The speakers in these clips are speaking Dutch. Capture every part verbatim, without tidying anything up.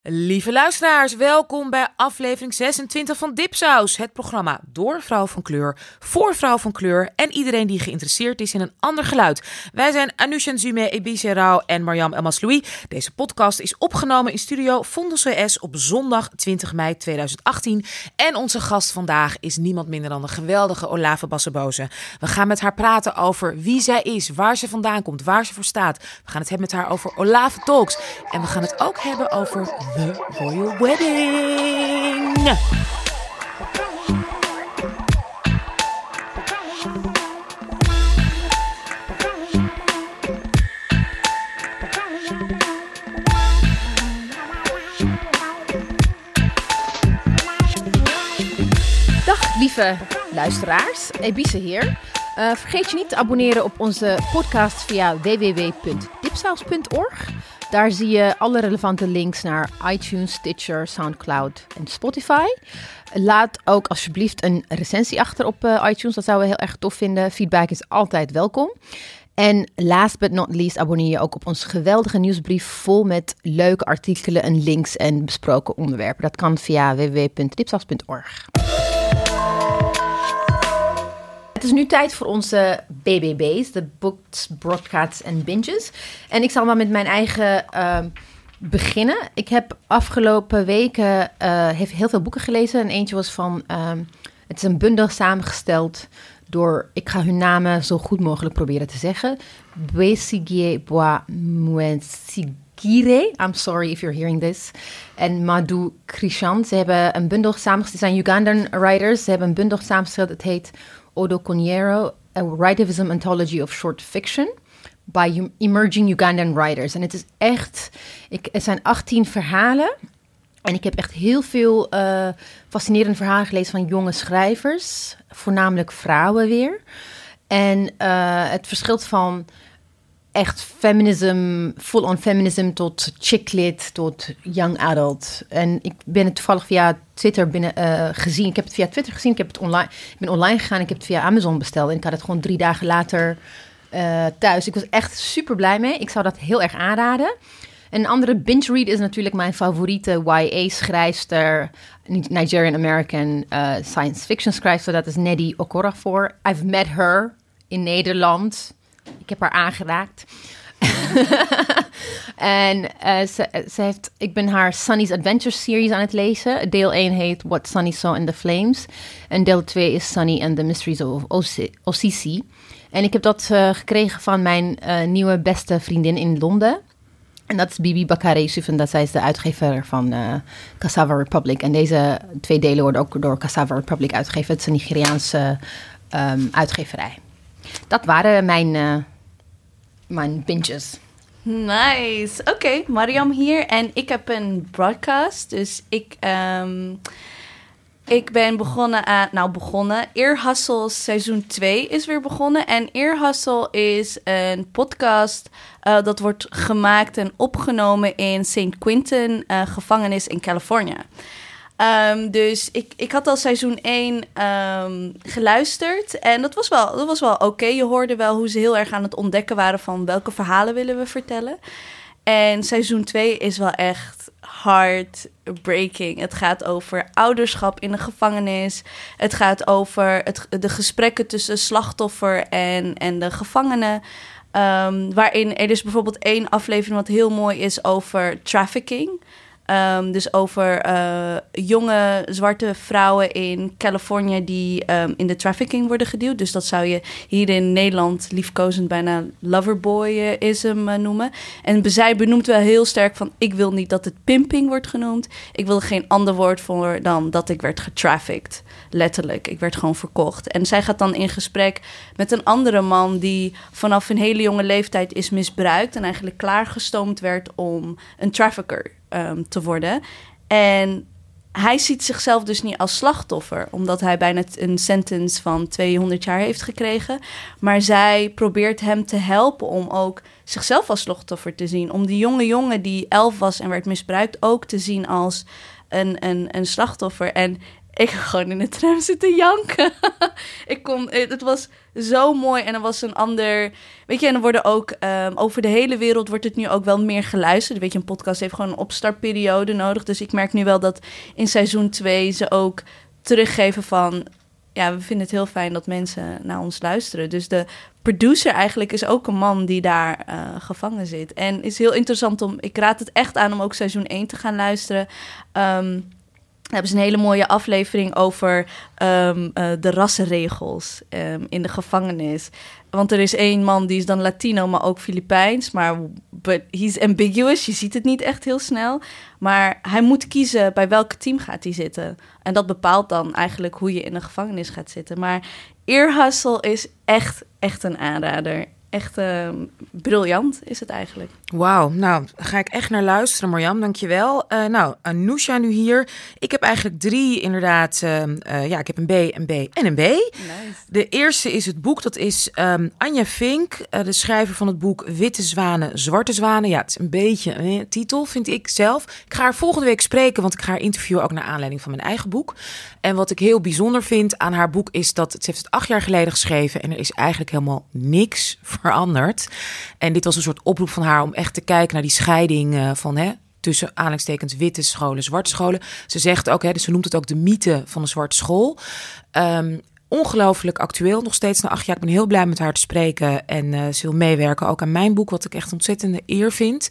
Lieve luisteraars, welkom bij aflevering zesentwintig van Dipsaus. Het programma door vrouw van kleur, voor vrouw van kleur en iedereen die geïnteresseerd is in een ander geluid. Wij zijn Anousha Nzume, Ebise Rao en Mariam Elmasloui. Deze podcast is opgenomen in studio Fonds C S op zondag twintig mei tweeduizend achttien. En onze gast vandaag is niemand minder dan de geweldige Olave Basseboze. We gaan met haar praten over wie zij is, waar ze vandaan komt, waar ze voor staat. We gaan het hebben met haar over Olave Talks. En we gaan het ook hebben over The Royal Wedding. Dag lieve luisteraars, Ebise hier. Uh, vergeet je niet te abonneren op onze podcast via w w w punt dipsaus punt org. Daar zie je alle relevante links naar iTunes, Stitcher, Soundcloud en Spotify. Laat ook alsjeblieft een recensie achter op uh, iTunes. Dat zouden we heel erg tof vinden. Feedback is altijd welkom. En last but not least abonneer je ook op onze geweldige nieuwsbrief vol met leuke artikelen en links en besproken onderwerpen. Dat kan via w w w punt dipsaus punt org. Het is nu tijd voor onze B B B's, de Books, Broadcasts en Binges. En ik zal maar met mijn eigen uh, beginnen. Ik heb afgelopen weken uh, heel veel boeken gelezen. En eentje was van, um, het is een bundel samengesteld door, ik ga hun namen zo goed mogelijk proberen te zeggen. Besigye Bois-Mouensigire, I'm sorry if you're hearing this. En Madhu Krishan, ze hebben een bundel samengesteld, het zijn Ugandan writers. Ze hebben een bundel samengesteld, het heet Odo Konyero, A Writivism Anthology of Short Fiction by Emerging Ugandan Writers. En het is echt, ik, het zijn achttien verhalen. En ik heb echt heel veel uh, fascinerende verhalen gelezen van jonge schrijvers. Voornamelijk vrouwen weer. En uh, het verschilt van echt feminism, full-on feminism tot chick lit, tot young adult. En ik ben het toevallig via Twitter binnen, uh, gezien. Ik heb het via Twitter gezien, ik, heb het online, ik ben online gegaan, ik heb het via Amazon besteld. En ik had het gewoon drie dagen later uh, thuis. Ik was echt super blij mee. Ik zou dat heel erg aanraden. Een andere binge read is natuurlijk mijn favoriete Y A-schrijfster, Nigerian-American uh, science fiction schrijfster. Dat is Nnedi Okorafor. I've met her in Nederland. Ik heb haar aangeraakt. en uh, ze, ze heeft, ik ben haar Sunny's Adventure series aan het lezen. Deel één heet What Sunny Saw in the Flames. En deel twee is Sunny and the Mysteries of Osisi. En ik heb dat uh, gekregen van mijn uh, nieuwe beste vriendin in Londen. En dat is Bibi Bakare Yusuf. En dat zij is de uitgever van uh, Cassava Republic. En deze twee delen worden ook door Cassava Republic uitgegeven. Het is een Nigeriaanse um, uitgeverij. Dat waren mijn, uh, mijn binges. Nice. Oké, okay, Mariam hier. En ik heb een broadcast. Dus ik, um, ik ben begonnen aan... Nou, begonnen. Ear Hustle seizoen twee is weer begonnen. En Ear Hustle is een podcast... Uh, dat wordt gemaakt en opgenomen in Saint Quentin uh, gevangenis in Californië. Um, dus ik, ik had al seizoen één um, geluisterd en dat was wel, dat was wel oké. Okay. Je hoorde wel hoe ze heel erg aan het ontdekken waren van welke verhalen willen we vertellen. En seizoen twee is wel echt heartbreaking. Het gaat over ouderschap in de gevangenis. Het gaat over het, de gesprekken tussen slachtoffer en, en de gevangenen. Um, waarin er is bijvoorbeeld één aflevering wat heel mooi is over trafficking. Um, dus over uh, jonge zwarte vrouwen in Californië die um, in de trafficking worden geduwd. Dus dat zou je hier in Nederland liefkozend bijna loverboyism uh, noemen. En zij benoemt wel heel sterk van... ik wil niet dat het pimping wordt genoemd. Ik wil geen ander woord voor dan dat ik werd getrafficked. Letterlijk, ik werd gewoon verkocht. En zij gaat dan in gesprek met een andere man... die vanaf een hele jonge leeftijd is misbruikt... en eigenlijk klaargestoomd werd om een trafficker um, te worden. En hij ziet zichzelf dus niet als slachtoffer... omdat hij bijna een sentence van tweehonderd jaar heeft gekregen. Maar zij probeert hem te helpen om ook zichzelf als slachtoffer te zien. Om die jonge jongen die elf was en werd misbruikt... ook te zien als een, een, een slachtoffer. En Ik heb gewoon in de tram zitten janken. ik kon, het was zo mooi. En er was een ander... Weet je, en er worden ook... Um, over de hele wereld wordt het nu ook wel meer geluisterd. Weet je, een podcast heeft gewoon een opstartperiode nodig. Dus ik merk nu wel dat in seizoen twee ze ook teruggeven van... Ja, we vinden het heel fijn dat mensen naar ons luisteren. Dus de producer eigenlijk is ook een man die daar uh, gevangen zit. En is heel interessant om... Ik raad het echt aan om ook seizoen één te gaan luisteren. Um, Dan hebben ze een hele mooie aflevering over um, uh, de rassenregels um, in de gevangenis. Want er is één man die is dan Latino, maar ook Filipijns. Maar but he's ambiguous, je ziet het niet echt heel snel. Maar hij moet kiezen bij welk team gaat hij zitten. En dat bepaalt dan eigenlijk hoe je in de gevangenis gaat zitten. Maar Ear Hustle is echt, echt een aanrader. Echt uh, briljant is het eigenlijk. Wauw, nou, daar ga ik echt naar luisteren, Marjam, dankjewel. Uh, nou, Anousha nu hier. Ik heb eigenlijk drie inderdaad, uh, uh, ja, ik heb een B, een B en een B. Nice. De eerste is het boek, dat is um, Anja Vink, uh, de schrijver van het boek Witte Zwanen, Zwarte Zwanen. Ja, het is een beetje een eh, titel, vind ik zelf. Ik ga haar volgende week spreken, want ik ga haar interviewen ook naar aanleiding van mijn eigen boek. En wat ik heel bijzonder vind aan haar boek is dat, ze heeft het acht jaar geleden geschreven en er is eigenlijk helemaal niks veranderd. En dit was een soort oproep van haar om echt te kijken naar die scheiding uh, van hè, tussen aanhalingstekens witte scholen, zwarte scholen. Ze zegt ook, hè, dus ze noemt het ook de mythe van de zwarte school. Um, ongelooflijk actueel, nog steeds na acht jaar. Ik ben heel blij met haar te spreken en uh, ze wil meewerken ook aan mijn boek, wat ik echt een ontzettende eer vind.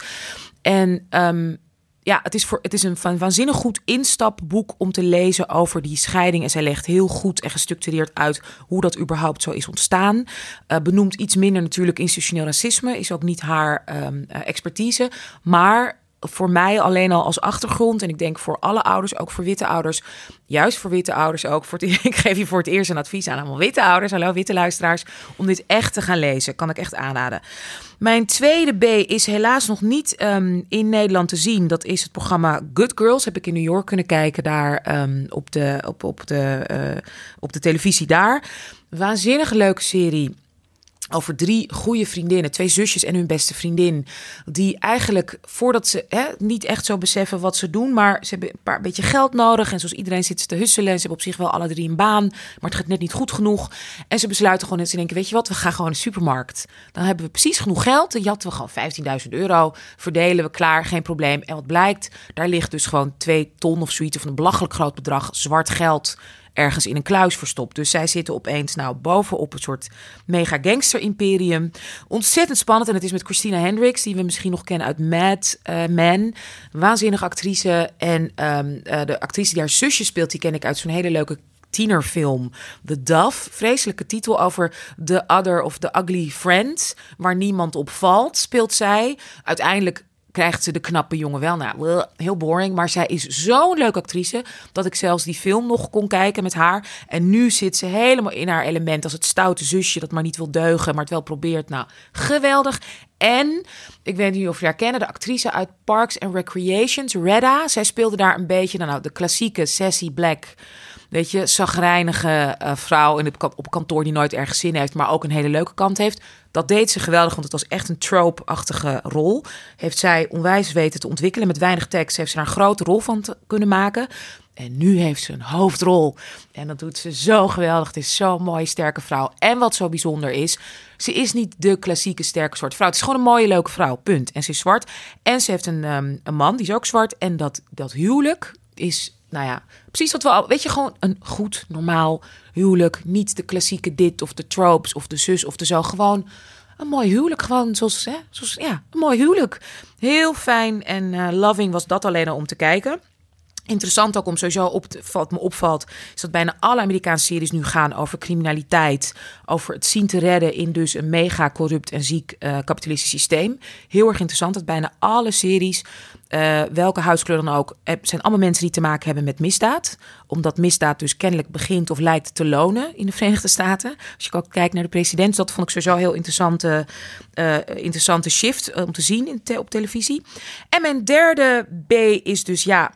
En um, ja, het is, voor, het is een waanzinnig goed instapboek om te lezen over die scheiding. En zij legt heel goed en gestructureerd uit hoe dat überhaupt zo is ontstaan. Uh, benoemt iets minder natuurlijk institutioneel racisme, is ook niet haar um, uh, expertise. Maar voor mij alleen al als achtergrond, en ik denk voor alle ouders, ook voor witte ouders, juist voor witte ouders ook. Voor het, ik geef je voor het eerst een advies aan allemaal witte ouders, hallo witte luisteraars, om dit echt te gaan lezen. Kan ik echt aanraden. Mijn tweede B is helaas nog niet um, in Nederland te zien. Dat is het programma Good Girls. Heb ik in New York kunnen kijken daar um, op, de, op, op, de, uh, op de televisie daar. Waanzinnige leuke serie. Over drie goede vriendinnen, twee zusjes en hun beste vriendin. Die eigenlijk, voordat ze hè, niet echt zo beseffen wat ze doen, maar ze hebben een paar beetje geld nodig. En zoals iedereen zit ze te husselen. En ze hebben op zich wel alle drie een baan, maar het gaat net niet goed genoeg. En ze besluiten gewoon, en ze denken, weet je wat, we gaan gewoon naar de supermarkt. Dan hebben we precies genoeg geld. Dan jatten we gewoon vijftienduizend euro. Verdelen we, klaar, geen probleem. En wat blijkt, daar ligt dus gewoon twee ton of zoiets, of een belachelijk groot bedrag zwart geld ergens in een kluis verstopt. Dus zij zitten opeens nou bovenop een soort mega gangster imperium. Ontzettend spannend. En het is met Christina Hendricks, die we misschien nog kennen uit Mad uh, Men. Waanzinnige actrice. En um, uh, de actrice die haar zusje speelt, die ken ik uit zo'n hele leuke tienerfilm. The Dove. Vreselijke titel over The Other of The Ugly Friend. Waar niemand op valt, speelt zij. Uiteindelijk krijgt ze de knappe jongen wel. Nou, heel boring. Maar zij is zo'n leuke actrice dat ik zelfs die film nog kon kijken met haar. En nu zit ze helemaal in haar element als het stoute zusje dat maar niet wil deugen, maar het wel probeert. Nou, geweldig. En, ik weet niet of je haar kennen, de actrice uit Parks and Recreations, Redda. Zij speelde daar een beetje, nou, nou de klassieke Sassy Black, weet je, chagrijnige uh, vrouw in het, op kantoor die nooit ergens zin heeft, maar ook een hele leuke kant heeft. Dat deed ze geweldig, want het was echt een trope-achtige rol. Heeft zij onwijs weten te ontwikkelen. Met weinig tekst heeft ze daar een grote rol van te kunnen maken. En nu heeft ze een hoofdrol. En dat doet ze zo geweldig. Het is zo'n mooie, sterke vrouw. En wat zo bijzonder is, ze is niet de klassieke sterke soort vrouw. Het is gewoon een mooie, leuke vrouw, punt. En ze is zwart. En ze heeft een, um, een man, die is ook zwart. En dat, dat huwelijk is, nou ja, precies wat we al, weet je, gewoon een goed, normaal huwelijk. Niet de klassieke dit of de tropes of de zus of de zo. Gewoon een mooi huwelijk. Gewoon zoals, hè, zoals ja, een mooi huwelijk. Heel fijn en uh, loving was dat alleen al om te kijken. Interessant ook om sowieso op te, wat me opvalt, is dat bijna alle Amerikaanse series nu gaan over criminaliteit, over het zien te redden in dus een mega corrupt en ziek uh, kapitalistisch systeem. Heel erg interessant dat bijna alle series, uh, welke huidskleur dan ook, zijn allemaal mensen die te maken hebben met misdaad. Omdat misdaad dus kennelijk begint of lijkt te lonen in de Verenigde Staten. Als je ook kijkt naar de president, dat vond ik sowieso heel interessante, uh, interessante shift uh, om te zien in te, op televisie. En mijn derde B is dus ja,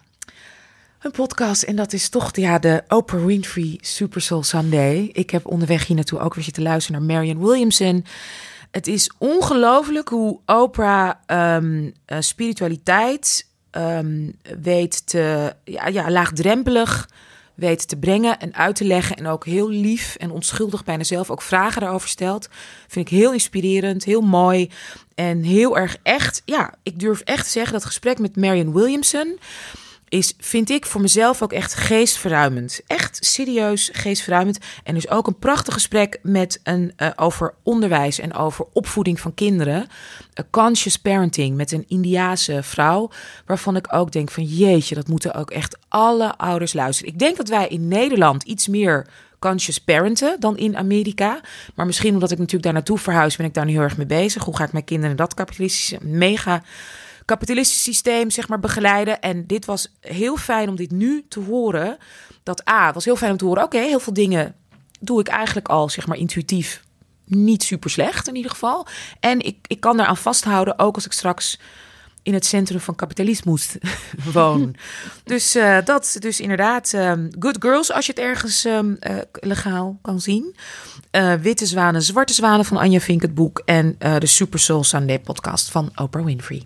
een podcast, en dat is toch ja, de Oprah Winfrey Super Soul Sunday. Ik heb onderweg hier naartoe ook weer zitten luisteren naar Marianne Williamson. Het is ongelooflijk hoe Oprah um, uh, spiritualiteit um, weet te ja, ja, laagdrempelig weet te brengen en uit te leggen. En ook heel lief en onschuldig bijna zelf ook vragen daarover stelt. Vind ik heel inspirerend, heel mooi en heel erg echt. Ja, ik durf echt te zeggen dat gesprek met Marianne Williamson is, vind ik, voor mezelf ook echt geestverruimend. Echt serieus geestverruimend. En dus ook een prachtig gesprek met een, uh, over onderwijs en over opvoeding van kinderen. A conscious parenting met een Indiase vrouw. Waarvan ik ook denk van jeetje, dat moeten ook echt alle ouders luisteren. Ik denk dat wij in Nederland iets meer conscious parenten dan in Amerika. Maar misschien omdat ik natuurlijk daar naartoe verhuis, ben ik daar nu heel erg mee bezig. Hoe ga ik mijn kinderen in dat kapitalistische mega kapitalistisch systeem, zeg maar, begeleiden. En dit was heel fijn om dit nu te horen. Dat A, het was heel fijn om te horen, oké, okay, heel veel dingen doe ik eigenlijk al, zeg maar, intuïtief niet super slecht in ieder geval. En ik, ik kan daaraan vasthouden, ook als ik straks in het centrum van kapitalisme moest wonen. Dus uh, dat, dus inderdaad, um, Good Girls, als je het ergens um, uh, legaal kan zien. Uh, Witte Zwanen, Zwarte Zwanen van Anja Vink, het boek. En uh, de Super Soul Sunday podcast van Oprah Winfrey.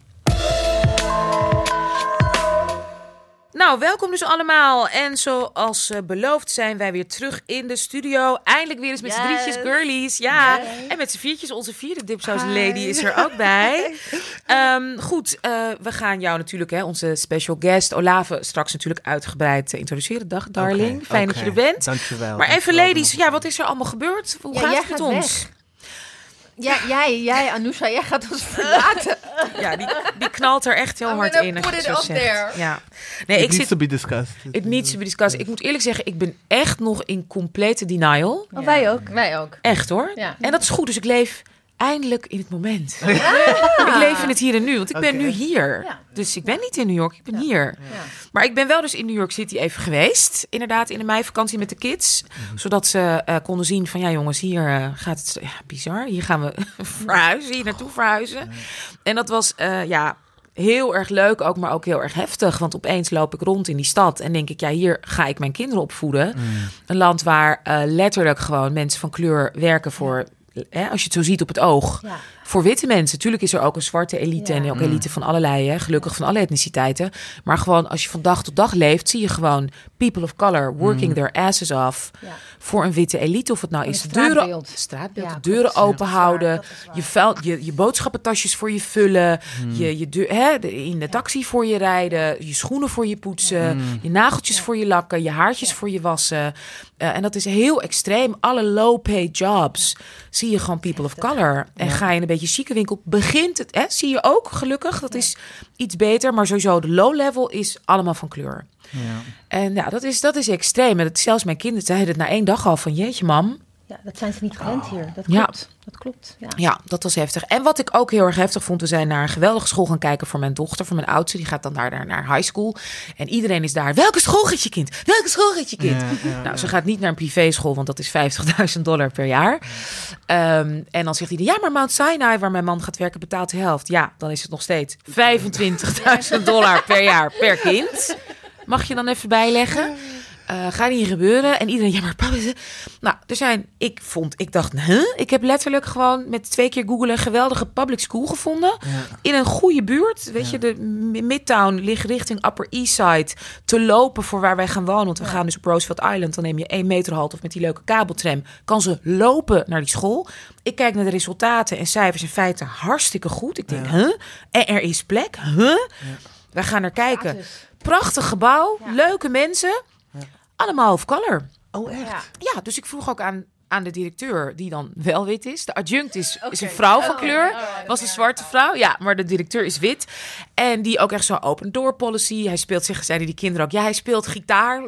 Nou, welkom dus allemaal. En zoals uh, beloofd zijn wij weer terug in de studio. Eindelijk weer eens met yes. z'n drietjes, girlies. Ja, yes. En met z'n viertjes. Onze vierde Dipsaus Lady is er ook bij. Um, goed, uh, we gaan jou natuurlijk, hè, onze special guest Olave, straks natuurlijk uitgebreid uh, introduceren. Dag, darling. Okay, Fijn okay. dat je er bent. Dankjewel. Maar even, ladies, ja, wat is er allemaal gebeurd? Hoe ja, gaat het het met gaat ons? Weg. Ja, jij, jij, Anousha, jij gaat ons verlaten. Ja, die, die knalt er echt heel I'm hard in. Put it up there. Ja. Nee, it ik needs zit, to be discussed. It needs to be discussed. Ik moet eerlijk zeggen, ik ben echt nog in complete denial. Oh, ja. Wij ook. Wij ook. Echt hoor. Ja. En dat is goed, dus ik leef eindelijk in het moment. Ja. Ik leef in het hier en nu, want ik ben okay. nu hier. Ja. Dus ik ben niet in New York, ik ben ja. hier. Ja. Maar ik ben wel dus in New York City even geweest. Inderdaad, in de meivakantie met de kids. Mm-hmm. Zodat ze uh, konden zien van, ja jongens, hier uh, gaat het... Ja, bizar. Hier gaan we verhuizen, hier naartoe verhuizen. Ja. En dat was, uh, ja... heel erg leuk ook, maar ook heel erg heftig. Want opeens loop ik rond in die stad en denk ik, ja, hier ga ik mijn kinderen opvoeden. Mm. Een land waar uh, letterlijk gewoon mensen van kleur werken voor... Hè, als je het zo ziet op het oog, ja. voor witte mensen. Tuurlijk is er ook een zwarte elite ja. en ook elite van allerlei, hè, gelukkig van alle etniciteiten. Maar gewoon als je van dag tot dag leeft, zie je gewoon people of color working mm. their asses off ja. voor een witte elite. Of het nou is deuren, straatbeeld, ja, straatbeeld, deuren open houden, je, vuil, je, je boodschappentasjes voor je vullen, mm. je, je deur, hè, de, in de taxi voor je rijden, je schoenen voor je poetsen, mm. je nageltjes ja. voor je lakken, je haartjes ja. voor je wassen. Uh, en dat is heel extreem. Alle low-paid jobs zie je gewoon people of color. En ja. ga je in een beetje chique winkel, begint het, hè, zie je ook gelukkig. Dat ja. is iets beter, maar sowieso de low level is allemaal van kleur. Ja. En ja, dat is, dat is extreem. En dat, zelfs mijn kinderen zeiden het na één dag al van, jeetje mam. Ja, dat zijn ze niet gewend oh. hier. Dat klopt. Ja. Dat klopt. Ja. ja, dat was heftig. En wat ik ook heel erg heftig vond, we zijn naar een geweldige school gaan kijken voor mijn dochter, voor mijn oudste. Die gaat dan daar naar, naar high school. En iedereen is daar. Welke school gaat je kind? Welke school gaat je kind? Ja, ja, nou, ja. ze gaat niet naar een privéschool, want dat is vijftigduizend dollar per jaar. Ja. Um, en dan zegt hij, ja, maar Mount Sinai, waar mijn man gaat werken, betaalt de helft. Ja, dan is het nog steeds vijfentwintigduizend dollar per jaar per kind. Mag je dan even bijleggen? Uh, gaat niet gebeuren. En iedereen, ja, maar papa... Nou, er zijn... Ik vond... Ik dacht, huh? Ik heb letterlijk gewoon met twee keer googlen een geweldige public school gevonden. Ja. In een goede buurt. Weet ja. je, de Midtown ligt richting Upper East Side te lopen voor waar wij gaan wonen. Want we ja. gaan dus op Roosevelt Island. Dan neem je één meter halt of met die leuke kabeltram. Kan ze lopen naar die school. Ik kijk naar de resultaten en cijfers in feite hartstikke goed. Ik denk, ja. huh? En er is plek, huh? Ja. We gaan er kijken. Prachtig gebouw, ja. leuke mensen... Allemaal of color. Oh, echt? Ja. ja, dus ik vroeg ook aan, aan de directeur, die dan wel wit is. De adjunct is, okay. is een vrouw van kleur. Was een zwarte vrouw. Ja, maar de directeur is wit. En die ook echt zo open door policy. Hij speelt zich, zeiden die kinderen ook. Ja, hij speelt gitaar.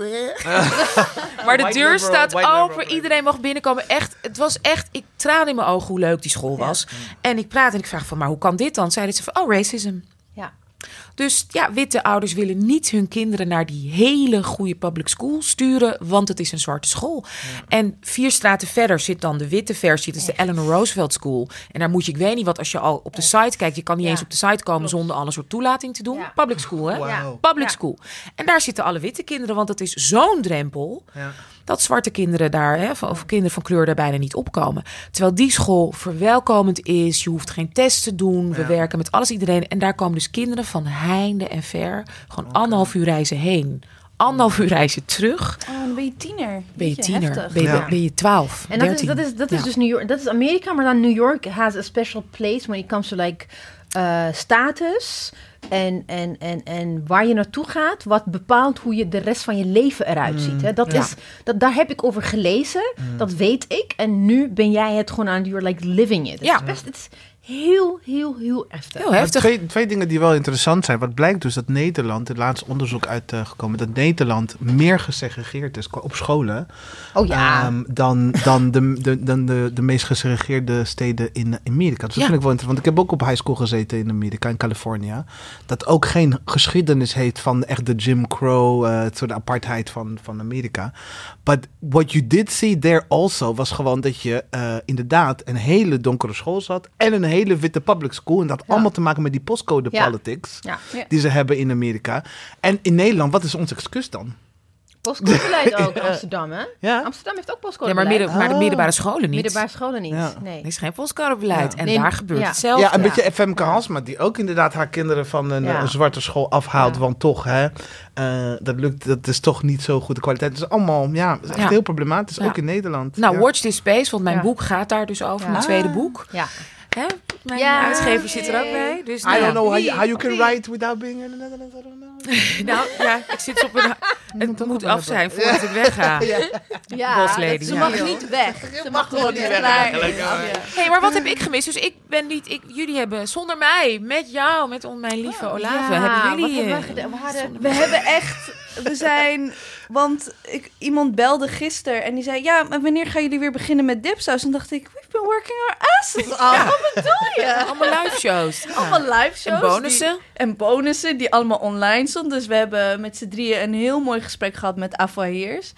Maar de deur staat open. Iedereen mag binnenkomen. Echt, het was echt, ik traan in mijn ogen hoe leuk die school was. Ja. En ik praat en ik vraag van, maar hoe kan dit dan? Zeiden ze van, oh, racism. Ja. Dus ja, witte ouders willen niet hun kinderen naar die hele goede public school sturen, want het is een zwarte school. Ja. En vier straten verder zit dan de witte versie, dat is de Eleanor Roosevelt School. En daar moet je, ik weet niet wat, als je al op de site kijkt, je kan niet ja. eens op de site komen zonder al een soort toelating te doen. Ja. Public school, hè? Wow. Public ja. school. En daar zitten alle witte kinderen, want het is zo'n drempel. Ja. Dat zwarte kinderen daar, hè, of kinderen van kleur daar bijna niet opkomen. Terwijl die school verwelkomend is. Je hoeft geen test te doen. We ja. werken met alles, iedereen. En daar komen dus kinderen van heinde en ver. Gewoon okay. anderhalf uur reizen heen. Anderhalf uur reizen terug. Oh dan ben je tiener. Ben je Jeetje, tiener? heftig. Ben je, Ja. ben je twaalf? En dat is, dertien? dat is, dat is Ja. dus New York. Dat is Amerika, maar dan New York has a special place when it comes to like uh, status en, en, en, en waar je naartoe gaat, wat bepaalt hoe je de rest van je leven eruit ziet. Hè? Dat ja. is, dat, daar heb ik over gelezen, dat weet ik. En nu ben jij het gewoon aan, you're like living it. Het Ja. is best, het is heel, heel, heel heftig. Heel Maar heftig. twee, twee dingen die wel interessant zijn. Wat blijkt dus dat Nederland, het laatste onderzoek uitgekomen, dat Nederland meer gesegregeerd is qua- op scholen Oh ja. ehm, dan, dan, de, de, dan de, de meest gesegregeerde steden in Amerika. Dus dat Ja. vind ik wel interessant. Want ik heb ook op high school gezeten in Amerika, in Californië. Dat ook geen geschiedenis heeft van echt de Jim Crow, uh, het soort apartheid van, van Amerika. But what you did see there also was gewoon dat je uh, inderdaad een hele donkere school zat en een hele witte public school. En dat had Ja. allemaal te maken met die postcode Ja. politics Ja. Ja. die ze hebben in Amerika. En in Nederland, wat is ons excuus dan? Postcodebeleid ook in Amsterdam, hè? Ja? Amsterdam heeft ook Ja, maar, postcodebeleid. midden, maar de Oh. middelbare scholen niet. Middelbare scholen niet. Ja. Nee. Er is geen postcodebeleid. Ja. En Nee, daar gebeurt ja. hetzelfde. Ja, een Ja. beetje Femke Halsma, die ook inderdaad haar kinderen van een, Ja. een zwarte school afhaalt. Ja. Want toch, hè, uh, dat lukt, dat is toch niet zo goede kwaliteit. Het is allemaal, ja, het is echt Ja. heel problematisch, Ja. ook in Nederland. Nou, ja. Watch This Space, want mijn Ja. boek gaat daar dus over. Ja. Mijn tweede Ah. boek. Ja. Hè? Mijn Ja. uitgever zit er ook bij. Dus I nou, don't know how Wie? you, how you can Wie? write without being in the Netherlands, I don't know. nou ja, ik zit op een... Het moet af zijn voordat ik wegga. Ja, Boss lady, dat- Ze ja. mag niet weg. Ze mag gewoon niet weg. Hé, hey, maar wat heb ik gemist? Dus ik ben niet... Ik, jullie hebben zonder mij, met jou, met on, mijn lieve Olave, Ja, hebben wat jullie... hebben we eh, gedaan? We hadden... We hebben echt... We zijn... Want ik, iemand belde gisteren en die zei... Ja, maar wanneer gaan jullie weer beginnen met Dipsaus? En dacht ik... We've been working our asses off. Wat bedoel je? allemaal live shows. Allemaal live shows. En bonussen. Die, en bonussen die allemaal online stonden. Dus we hebben met z'n drieën een heel mooi gesprek gehad met Afua Heers.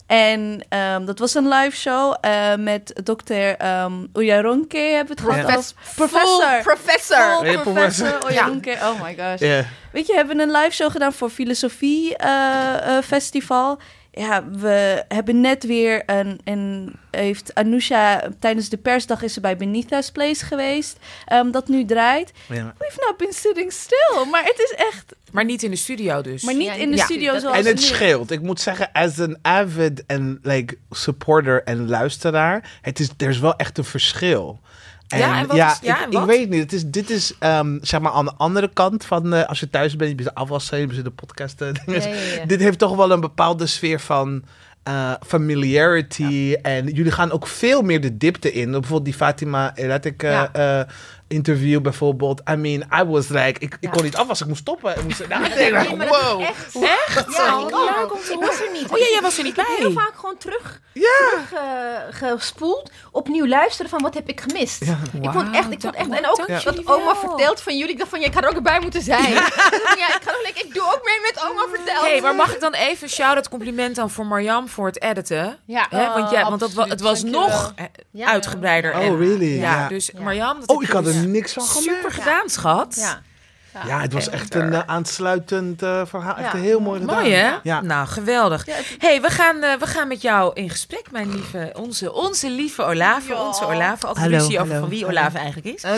En um, dat was een live show uh, met dokter um, Oyaronke hebben we het gehad. als professor. Professor. Full Ja, professor. professor Oyaronke. Oh my gosh. Ja. Weet je, hebben we een live show gedaan voor Filosofie uh, uh, Festival. Ja, we hebben net weer een, een... Heeft Anousha tijdens de persdag is ze bij Benita's Place geweest. Um, dat nu draait. Ja. We've not been sitting still. Maar het is echt... Maar niet in de studio dus. Maar niet Ja, in de ja. studio Dat- zoals En het nu. scheelt. Ik moet zeggen, as een avid en like supporter en luisteraar, het is, er is wel echt een verschil. Ja, en wat is- ja, ik, en ik wat? weet niet. Het is, dit is um, zeg maar aan de andere kant van uh, als je thuis bent, je bent afwassen, je bent de podcast. Uh, Ja, ja, ja. Dit heeft toch wel een bepaalde sfeer van uh, familiarity. Ja. En jullie gaan ook veel meer de diepte in. Bijvoorbeeld die Fatima Eratic uh, Ja. uh, interview bijvoorbeeld. I mean, I was like, ik, ik Ja. kon niet afwassen, ik moest stoppen. Ik moest nadenken. Nee, maar dat is wow. echt... Echt? Ja, Oh, ik leuk ook. om te Ik was er niet. Oh ja, jij was er niet Ik heb heel bij. vaak gewoon terug, Ja. terug uh, gespoeld, opnieuw luisteren van wat heb ik gemist. Ja. Ik vond echt, ik vond echt, en ook Dank wat jullie oma wel. vertelt van jullie, ik dacht van, ja, ik had er ook erbij moeten zijn. Ja, ik, ga nog lekker, ik doe ook mee met oma vertelt. Hey, maar mag ik dan even shout-out compliment aan voor Marjam voor het editen? Ja. Hè, want ja, want dat wa- het was Dankjewel. nog eh, Ja. uitgebreider. Oh, en, really? Ja, Ja. dus Ja. Marjam, dat Oh, heb ik had je er dus niks van super gemerkt. gedaan, schat. Ja. Ja, het was echt een uh, aansluitend uh, verhaal. Echt Ja. heel mooi gedaan. Mooi, hè? Ja. Nou, geweldig. Ja, het- hey, we gaan, uh, we gaan met jou in gesprek, mijn lieve, onze, onze lieve Olave. Ja. Onze Olave. Altijd Hallo, ruzie over hallo, van wie hallo. Olave eigenlijk is.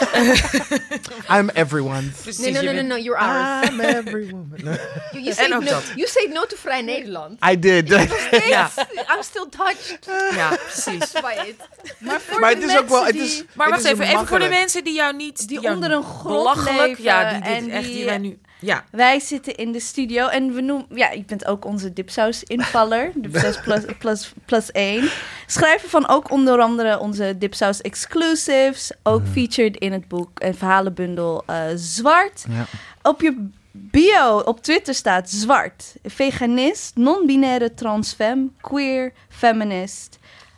I'm everyone. Precies, Nee, no, je no, no, bent- no, you're ours. I'm every woman. You, you, En said ook no, dat. you said no to Vrij Nederland. I did. Ja, I'm still touched ja, precies. by it. Maar voor Maar de het is ook wel... Het mensen is, Maar het wacht is even, even voor de makkelijk. mensen die jou niet... Die jou onder een grot belachelijk, leven ja, die dit en echt, die die- wij nu... Ja, Wij zitten in de studio en we noemen... Ja, je bent ook onze Dipsaus invaller. Dipsaus plus, plus, plus één. Schrijver van ook onder andere onze Dipsaus exclusives. Ook featured in het boek en verhalenbundel uh, Zwart. Ja. Op je bio op Twitter staat zwart. Veganist, non-binaire transfem, queer, feminist.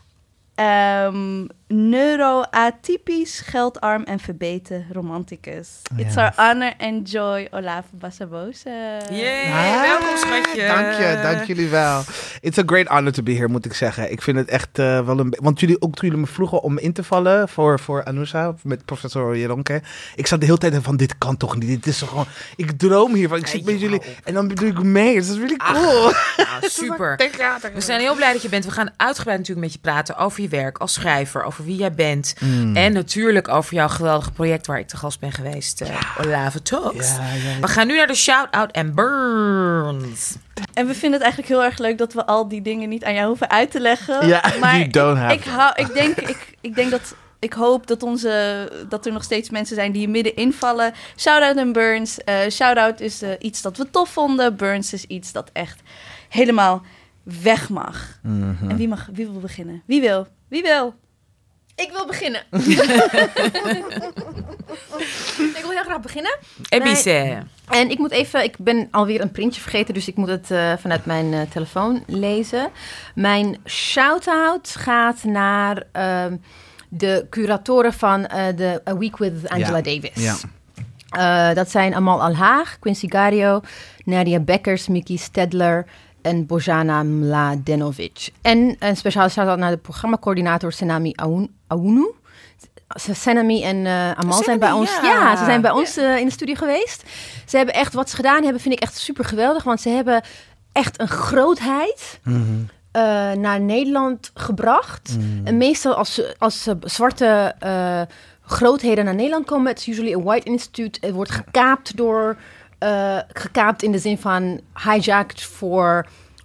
Um, neuroatypisch, geldarm en verbeten romanticus. It's Ja. our honor and joy, Olave Bassabose. Yay, Ah, welkom schatje. Dank je, dank jullie wel. It's a great honor to be here, moet ik zeggen. Ik vind het echt uh, wel een... be- Want jullie, ook toen jullie me vroegen om in te vallen voor, voor Anousha, met professor Jeronke. Ik zat de hele tijd van, dit kan toch niet? Dit is toch gewoon... Ik droom hiervan. Ik zit Hey, met jullie hou op. en dan doe ik mee. Dat is really Ach, cool. Nou, super. We zijn heel blij dat je bent. We gaan uitgebreid natuurlijk met je praten over je werk als schrijver, over wie jij bent. Mm. En natuurlijk over jouw geweldige project waar ik te gast ben geweest, uh, Olave Talks. Ja, ja, ja. We gaan nu naar de shout-out en burns. En we vinden het eigenlijk heel erg leuk dat we al die dingen niet aan jou hoeven uit te leggen. Ja, maar you don't have ik, hou, ik, denk, ik, ik denk dat... Ik hoop dat, onze, dat er nog steeds mensen zijn die je midden invallen. Shout-out aan Burns. Uh, shout-out is uh, iets dat we tof vonden. Burns is iets dat echt helemaal weg mag. Mm-hmm. En wie, mag, wie wil beginnen? Wie wil? Wie wil? Ik wil beginnen. Ik wil heel graag beginnen. Ebice. En ik moet even, ik ben alweer een printje vergeten, dus ik moet het uh, vanuit mijn uh, telefoon lezen. Mijn shout-out gaat naar uh, de curatoren van uh, de A Week with Angela ja. Davis. Ja. Uh, dat zijn Amal Alhaag, Quincy Gario, Nadia Bekkers, Mickey Stedler en Bojana Mladenovic. En een speciale shout-out naar de programmacoördinator Senami Aounu. Senami en uh, Amal Senami, zijn bij ons. Ja, ja ze zijn bij ons uh, in de studio geweest. Ze hebben echt wat ze gedaan hebben, vind ik echt super geweldig. Want ze hebben echt een grootheid Mm-hmm. uh, naar Nederland gebracht. Mm. En meestal als, als uh, zwarte uh, grootheden naar Nederland komen, het is usually a white institute. Het wordt gekaapt door, uh, gekaapt in de zin van hijacked voor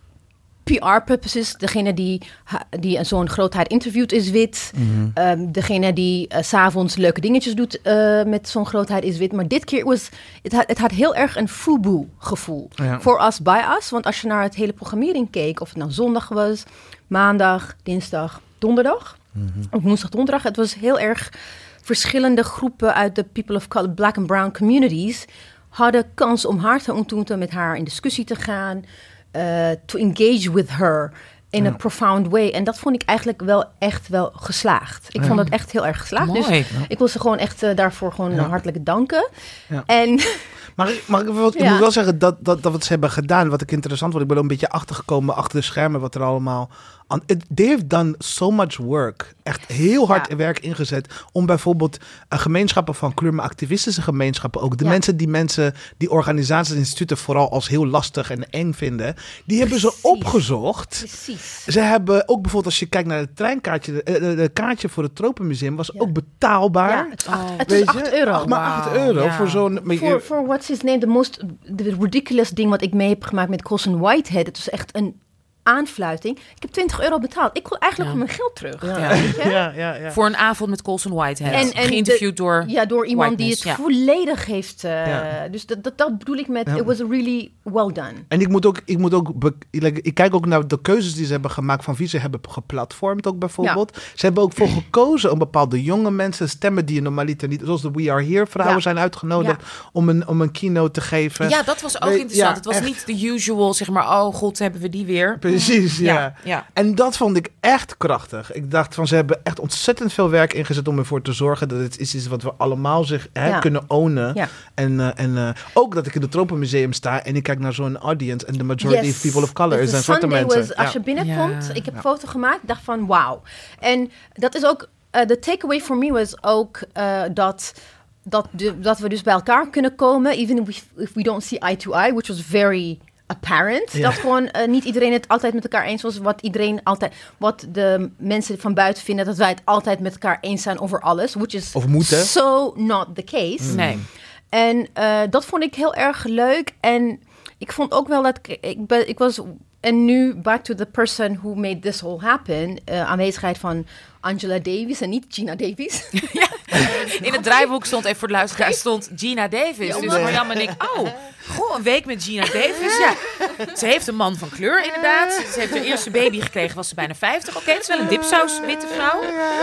P R purposes. Degene die, die zo'n grootheid interviewt is wit. Mm-hmm. Um, degene die uh, 's avonds leuke dingetjes doet uh, met zo'n grootheid is wit. Maar dit keer was het had, het had heel erg een FUBU gevoel. Ja. For us, by us. Want als je naar het hele programmering keek, of het nou zondag was, maandag, dinsdag, donderdag, mm-hmm. of woensdag, donderdag. Het was heel erg verschillende groepen uit de people of color, black and brown communities hadden kans om haar te ontmoeten, met haar in discussie te gaan. Uh, to engage with her in ja. a profound way. En dat vond ik eigenlijk wel echt wel geslaagd. Ik ja. vond het echt heel erg geslaagd. Mooi. Dus ja. ik wil ze gewoon echt uh, daarvoor gewoon ja. hartelijk danken. Ja. En Maar, maar ik, wil, ik ja. moet wel zeggen dat, dat, dat wat ze hebben gedaan, wat ik interessant vond, ik ben er een beetje achtergekomen achter de schermen, wat er allemaal aan... It, they've done so much work. Echt heel hard ja. werk ingezet om bijvoorbeeld uh, gemeenschappen van kleur, maar activistische gemeenschappen ook. De ja. mensen die mensen, die organisaties en instituten vooral als heel lastig en eng vinden, die hebben Precies. ze opgezocht. Precies. Ze hebben ook bijvoorbeeld, als je kijkt naar het treinkaartje, de, de, de kaartje voor het Tropenmuseum was ja. ook betaalbaar. Ja, het is acht, oh. het is acht euro. Ach, maar acht euro ja. voor zo'n... Voor, voor what's his name, the most the ridiculous ding wat ik mee heb gemaakt met Colson Whitehead. Het was echt een aanfluiting. Ik heb twintig euro betaald. Ik wil eigenlijk ja. mijn geld terug. Ja. Ja. Ja, ja, ja. Voor een avond met Colson Whitehead. En, en geïnterviewd de, door Ja, door iemand Whiteness, die het ja. volledig heeft... Uh, ja. Dus dat, dat, dat bedoel ik met... Ja. It was really well done. En ik moet ook... Ik, moet ook be, ik kijk ook naar de keuzes die ze hebben gemaakt, van wie ze hebben geplatformd ook bijvoorbeeld. Ja. Ze hebben ook voor gekozen om bepaalde jonge mensen, stemmen die je normaliter niet... Zoals de We Are Here vrouwen ja. zijn uitgenodigd ja. om, een, om een keynote te geven. Ja, dat was ook We, interessant. Ja, het was echt. niet de usual, zeg maar, oh god, hebben we die weer. Precies, ja. ja. ja. En dat vond ik echt krachtig. Ik dacht van, ze hebben echt ontzettend veel werk ingezet om ervoor te zorgen dat het is wat we allemaal zich hè, ja. kunnen ownen. Ja. En, uh, en uh, ook dat ik in het Tropenmuseum sta en ik kijk naar zo'n audience en de majority yes. of people of color is zijn zwarte mensen. Was, als ja. je binnenkomt, ja. ik heb ja. een foto gemaakt, dacht van wauw. En dat is ook, uh, de takeaway for me was ook uh, dat... Dat, de, dat we dus bij elkaar kunnen komen, even if we, if we don't see eye to eye, which was very apparent. Ja. Dat gewoon uh, niet iedereen het altijd met elkaar eens was. Wat iedereen altijd, wat de mensen van buiten vinden, dat wij het altijd met elkaar eens zijn over alles, which is of moeten. So not the case. Nee. En uh, dat vond ik heel erg leuk. En ik vond ook wel dat ik, ik, ben, ik was. En nu back to the person who made this all happen. Uh, aanwezigheid van Angela Davis en niet Gina Davis. Ja. In het draaiboek stond, even voor de luisteraar, stond Gina Davis. Ja, dus Marjam en ik, oh, goh, een week met Gina Davis. Ja. Ze heeft een man van kleur, inderdaad. Ze heeft haar eerste baby gekregen, was ze bijna vijftig. Oké, okay, het is wel een dipsaus, witte vrouw.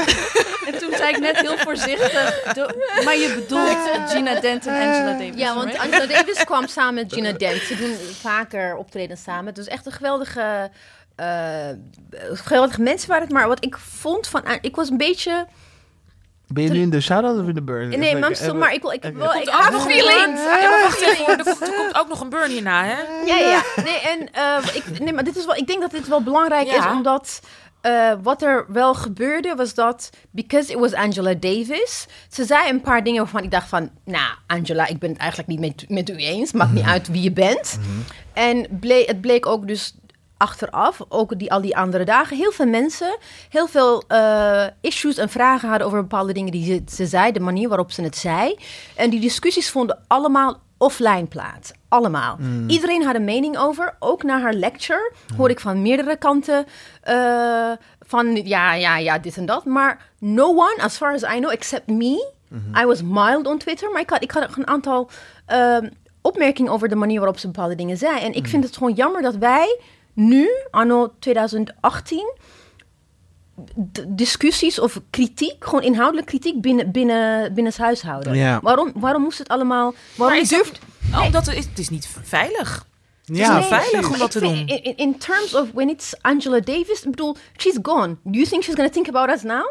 En toen zei ik net heel voorzichtig, de, maar je bedoelt Gina Dent en Angela Davis. Ja, want right? Angela Davis kwam samen met Gina Dent. Ze doen vaker optredens samen. Het was echt een geweldige... Uh, geweldige mensen waren het, maar wat ik vond van... Ik was een beetje... Ben je nu in de shout-out of in de burn? Nee, maar, still, maar ik wil... Ik, wil, ik have feelings. Ja, wacht even, er komt, er komt ook nog een burn hierna, hè? Ja, ja. Nee, en, uh, ik, nee, maar dit is wel, ik denk dat dit wel belangrijk ja. is, omdat... Uh, wat er wel gebeurde was dat, because it was Angela Davis, ze zei een paar dingen waarvan ik dacht van, nou, Angela, ik ben het eigenlijk niet met, met u eens. Maakt mm-hmm. niet uit wie je bent. Mm-hmm. En ble- het bleek ook dus achteraf, ook die, al die andere dagen, heel veel mensen, heel veel uh, issues en vragen hadden over bepaalde dingen die ze, ze zei, de manier waarop ze het zei. En die discussies vonden allemaal offline plaat. Allemaal. Mm. Iedereen had een mening over. Ook na haar lecture hoor ik van meerdere kanten uh, van ja, ja, ja, dit en dat. Maar no one, as far as I know, except me. Mm-hmm. I was mild on Twitter, maar ik had, ik had een aantal uh, opmerkingen over de manier waarop ze bepaalde dingen zei. En ik mm. vind het gewoon jammer dat wij nu, anno twintig achttien... D- discussies of kritiek, gewoon inhoudelijk kritiek binnen, binnen, binnen het huishouden. Ja. Waarom, waarom moest het allemaal... Waarom is durft... dat, oh, dat is, het is niet veilig. Het Ja, is niet veilig om dat te doen. In, in, in terms of when it's Angela Davis, ik bedoel, she's gone. Do you think she's going to think about us now?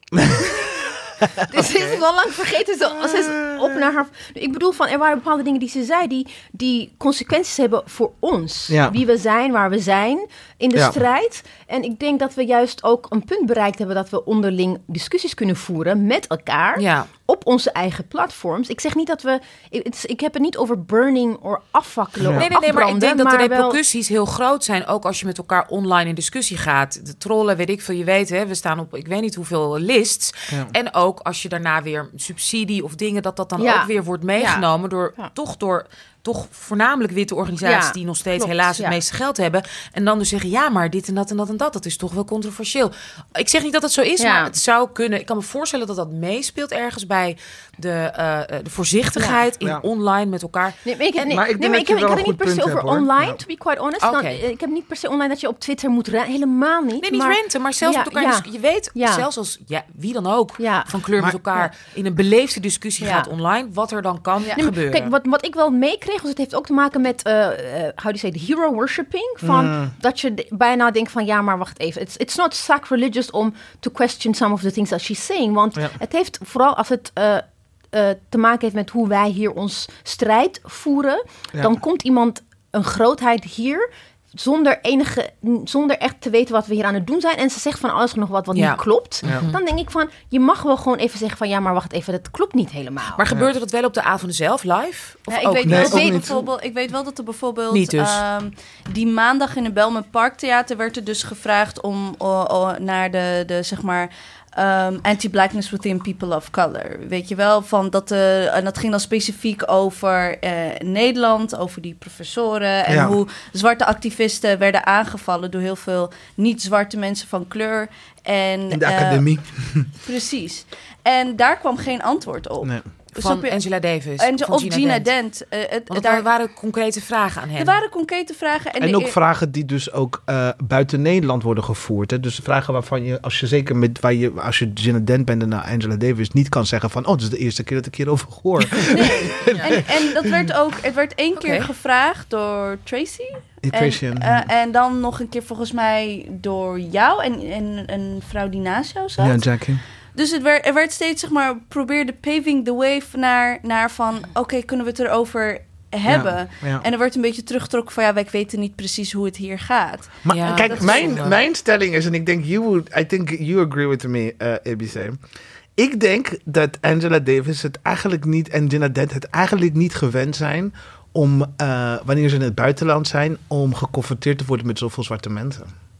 Dus ze is wel lang vergeten. Ze, ze is op naar haar... Ik bedoel, van, er waren bepaalde dingen die ze zei... die, die consequenties hebben voor ons. Ja. Wie we zijn, waar we zijn in de ja. strijd. En ik denk dat we juist ook een punt bereikt hebben... dat we onderling discussies kunnen voeren met elkaar... Ja. op onze eigen platforms. Ik zeg niet dat we... Ik, ik heb het niet over burning of afvakkelen Ja. of Nee, nee, nee, maar ik denk dat de maar wel- repercussies heel groot zijn. Ook als je met elkaar online in discussie gaat. De trollen, weet ik veel, je weet, hè, we staan op ik weet niet hoeveel lists. Ja. En ook als je daarna weer subsidie of dingen, dat dat dan Ja. ook weer wordt meegenomen Ja. door Ja. toch door toch voornamelijk witte organisaties Ja, die nog steeds klopt, helaas het ja. meeste geld hebben. En dan dus zeggen, ja, maar dit en dat en dat en dat, dat is toch wel controversieel. Ik zeg niet dat het zo is, Ja. maar het zou kunnen. Ik kan me voorstellen dat dat meespeelt ergens bij de, uh, de voorzichtigheid Ja. in Ja. online met elkaar. Nee, maar ik, nee, Maar ik nee, denk maar dat ik je heb, ik wel heb een het niet goed per se punt over hebt, hoor. online, Ja. to be quite honest. Oké. Dan, eh, ik heb niet per se online dat je op Twitter moet rennen. Helemaal niet. Nee, niet maar, renten, maar zelfs Ja, met elkaar. ja. Dus je weet, Ja. zelfs als ja, wie dan ook Ja. van kleur met Maar- elkaar in een beleefde discussie Ja. gaat online, wat er dan kan Nee, maar gebeuren. Kijk, wat, wat ik wel meekreeg, was het heeft ook te maken met, uh, uh, how do you say, de hero worshipping. Van Mm. dat je de- bijna denkt van, ja, maar wacht even. It's, it's not sacrilegious om to question some of the things that she's saying. Want Ja. het heeft vooral als het... Uh, uh, te maken heeft met hoe wij hier ons strijd voeren. Ja. Dan komt iemand, een grootheid hier... Zonder, enige, zonder echt te weten wat we hier aan het doen zijn. En ze zegt van alles nog wat wat Ja. niet klopt. Ja. Dan denk ik van, je mag wel gewoon even zeggen van... ja, maar wacht even, dat klopt niet helemaal. Maar gebeurde dat wel op de avond zelf, live? Of Ja, ik, ook weet niet? Nee, wel ook dat niet. bijvoorbeeld, ik weet wel dat er bijvoorbeeld... Niet dus. ehm, die maandag in het Belmen Parktheater werd er dus gevraagd om uh, uh, naar de, de, zeg maar... Um, anti-blackness within people of color. Weet je wel, van dat, uh, en dat ging dan specifiek over uh, Nederland, over die professoren... en Ja. hoe zwarte activisten werden aangevallen... door heel veel niet-zwarte mensen van kleur. En, In de uh, academie. Precies. En daar kwam geen antwoord op. Nee. Snap Van je? Angela Davis. En, van of Gina, Dent. Uh, het, Want daar daar waren concrete vragen aan hen. er waren concrete vragen. En, En de- ook vragen die dus ook uh, buiten Nederland worden gevoerd. Hè? Dus vragen waarvan je, als je zeker met waar je, als je Gina Dent bent en naar Angela Davis, niet kan zeggen van, oh, dit is de eerste keer dat ik hierover hoor. Nee. en, en dat werd ook, het werd één Oké. keer gevraagd door Tracy. En, Christian. uh, en dan nog een keer volgens mij door jou en, en een vrouw die naast jou zat. ja, Jackie. Dus het werd, er werd steeds, zeg maar, probeerde paving the way naar, naar van, oké, okay, kunnen we het erover hebben? Ja, ja. En er werd een beetje teruggetrokken van, ja, wij weten niet precies hoe het hier gaat. Maar Ja, dat kijk, is mijn, zonde. mijn stelling is, en ik denk, you would, I think you agree with me, uh, A B C. Ik denk dat Angela Davis het eigenlijk niet, en Gina Dent het eigenlijk niet gewend zijn om, uh, wanneer ze in het buitenland zijn, om geconfronteerd te worden met zoveel zwarte mensen.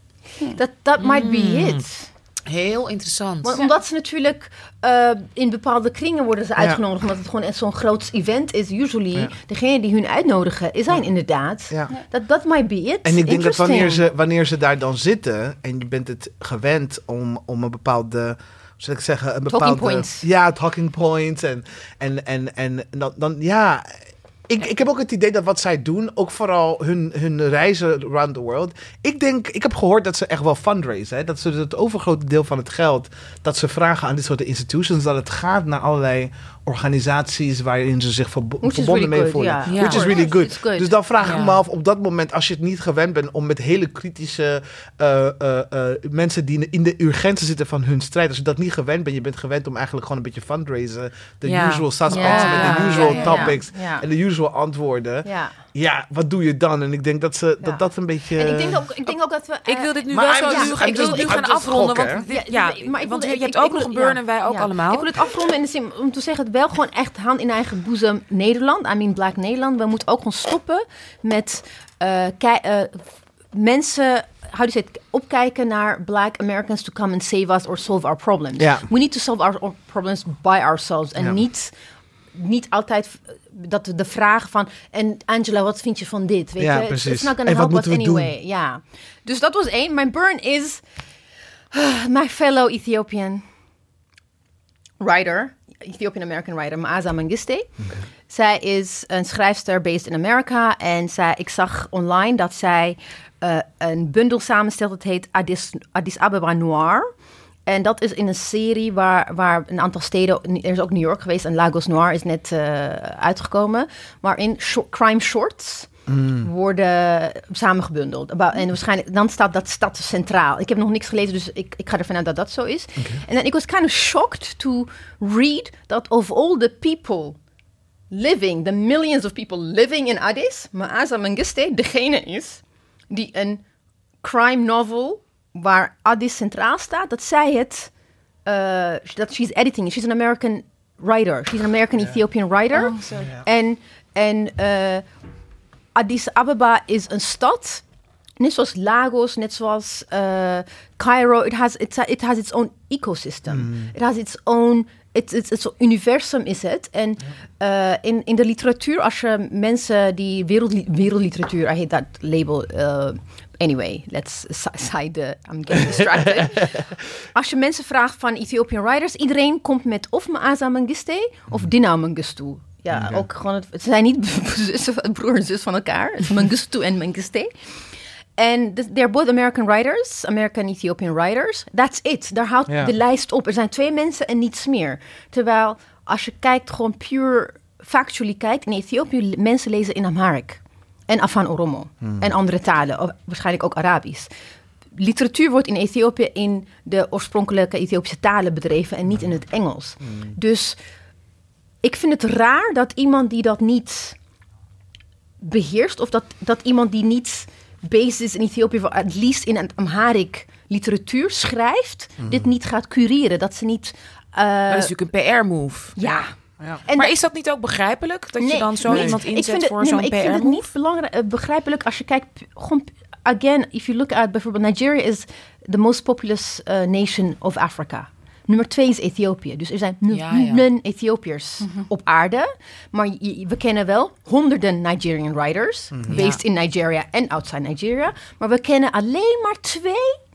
Dat that might be Mm. it. Heel interessant. Want omdat ze natuurlijk uh, in bepaalde kringen worden ze Ja. uitgenodigd, omdat het gewoon echt zo'n groot event is. Usually, Ja. degene die hun uitnodigen, zijn Ja. inderdaad. Ja. Dat that might be it. En ik denk dat wanneer Interesting. ze, wanneer ze daar dan zitten en je bent het gewend om, om een bepaalde, hoe zal ik zeggen, een Talking bepaalde... points. Ja, talking points. En, en, en, en dan, dan ja... Ik, ik heb ook het idee dat wat zij doen, ook vooral hun, hun reizen around the world. Ik denk, ik heb gehoord dat ze echt wel fundraisen. Hè? Dat ze het overgrote deel van het geld dat ze vragen aan dit soort institutions, dat het gaat naar allerlei organisaties waarin ze zich verbo- Which is verbonden really mee good, voelen. ja. Ja. Which is Of really course, good. it's good. Dus dan vraag Ja. ik me af, op dat moment, als je het niet gewend bent om met hele kritische uh, uh, uh, mensen die in de urgentie zitten van hun strijd, als je dat niet gewend bent, je bent gewend om eigenlijk gewoon een beetje fundraisen, de Ja. usual suspects Ja. met de usual Ja, ja, ja. topics Ja. en de usual antwoorden. Ja. Ja, wat doe je dan? En ik denk dat ze, Ja. dat, dat een beetje... En ik denk ook, ik denk ook dat we... Ik uh, wil dit nu Maar wel I'm zo just- nu, I'm ik wil just- nu I'm gaan just afronden. gokken, Want hè? dit- Ja, ja, maar ik want wil- je ik- hebt ik- ook ik nog wil- een burn ja. en wij ook Ja. allemaal. Ik wil het afronden in de zin om te zeggen, het wel gewoon echt hand in eigen boezem Nederland. I mean Black Nederland. We moeten ook gewoon stoppen met uh, kei- uh, mensen, how do you say it, opkijken naar Black Americans to come and save us or solve our problems. Ja. We need to solve our, our problems by ourselves. En Ja. niet niet altijd dat de vraag van... En Angela, wat vind je van dit? Weet Ja, je? precies. It's not gonna En wat help us moeten we anyway. doen? Ja. Dus dat was één. Mijn burn is... my fellow Ethiopian writer... Ethiopian-American writer, Maaza Mengiste. Okay. Zij is een schrijfster based in Amerika. En zij, ik zag online dat zij uh, een bundel samenstelt. Het heet Addis, Addis Ababa Noir. En dat is in een serie waar, waar een aantal steden... Er is ook New York geweest en Lagos Noir is net uh, uitgekomen. Waarin short, crime shorts... Mm. worden samengebundeld. En waarschijnlijk, dan staat dat stad centraal. Ik heb nog niks gelezen, dus ik, ik ga ervan uit dat dat zo is. En okay. then ik was kind of shocked to read that of all the people living, the millions of people living in Addis, Maaza Mengiste degene is die een crime novel waar Addis centraal staat, dat zij het, uh, dat she's editing. She's an American writer. She's an American yeah. Ethiopian writer. Oh, sorry. En, en uh, Addis Ababa is een stad, net zoals Lagos, net zoals uh, Cairo. It has, it, it has its own ecosystem. Mm. It has its own... Het it's, it's universum is het. En uh, in, in de literatuur, als je mensen die wereld, wereldliteratuur, I hate that label. Uh, anyway, let's side. I'm getting distracted. Als je mensen vraagt van Ethiopian writers, iedereen komt met of Maaza Mengiste of Dina Mengistu. Ja, okay. ook gewoon. Het, ze zijn niet zussen, broer en zus van elkaar. Het is Mengistu en Mengiste. En they're both American writers, American Ethiopian writers. That's it. Daar houdt yeah. de lijst op. Er zijn twee mensen en niets meer. Terwijl als je kijkt, gewoon pure factually kijkt, in Ethiopië mensen lezen in Amharic en Afan Oromo hmm. en andere talen, of waarschijnlijk ook Arabisch. Literatuur wordt in Ethiopië in de oorspronkelijke Ethiopische talen bedreven en niet in het Engels. Hmm. Dus ik vind het raar dat iemand die dat niet beheerst, of dat, dat iemand die niet based is in Ethiopië, at least in een Amharic literatuur schrijft, mm. dit niet gaat cureren. Dat ze niet... Uh, maar dat is natuurlijk een P R-move. Ja. ja. En maar is dat niet ook begrijpelijk? Dat nee, je dan zo nee. iemand inzet het, voor nee, zo'n P R-move? Ik vind het niet belangrijk, uh, begrijpelijk als je kijkt... Gewoon, again, if you look at bijvoorbeeld Nigeria is the most populous uh, nation of Africa. Nummer twee is Ethiopië. Dus er zijn miljoenen ja, ja. Ethiopiërs mm-hmm. op aarde. Maar je, we kennen wel honderden Nigerian writers. Mm-hmm. Based ja. in Nigeria en outside Nigeria. Maar we kennen alleen maar twee.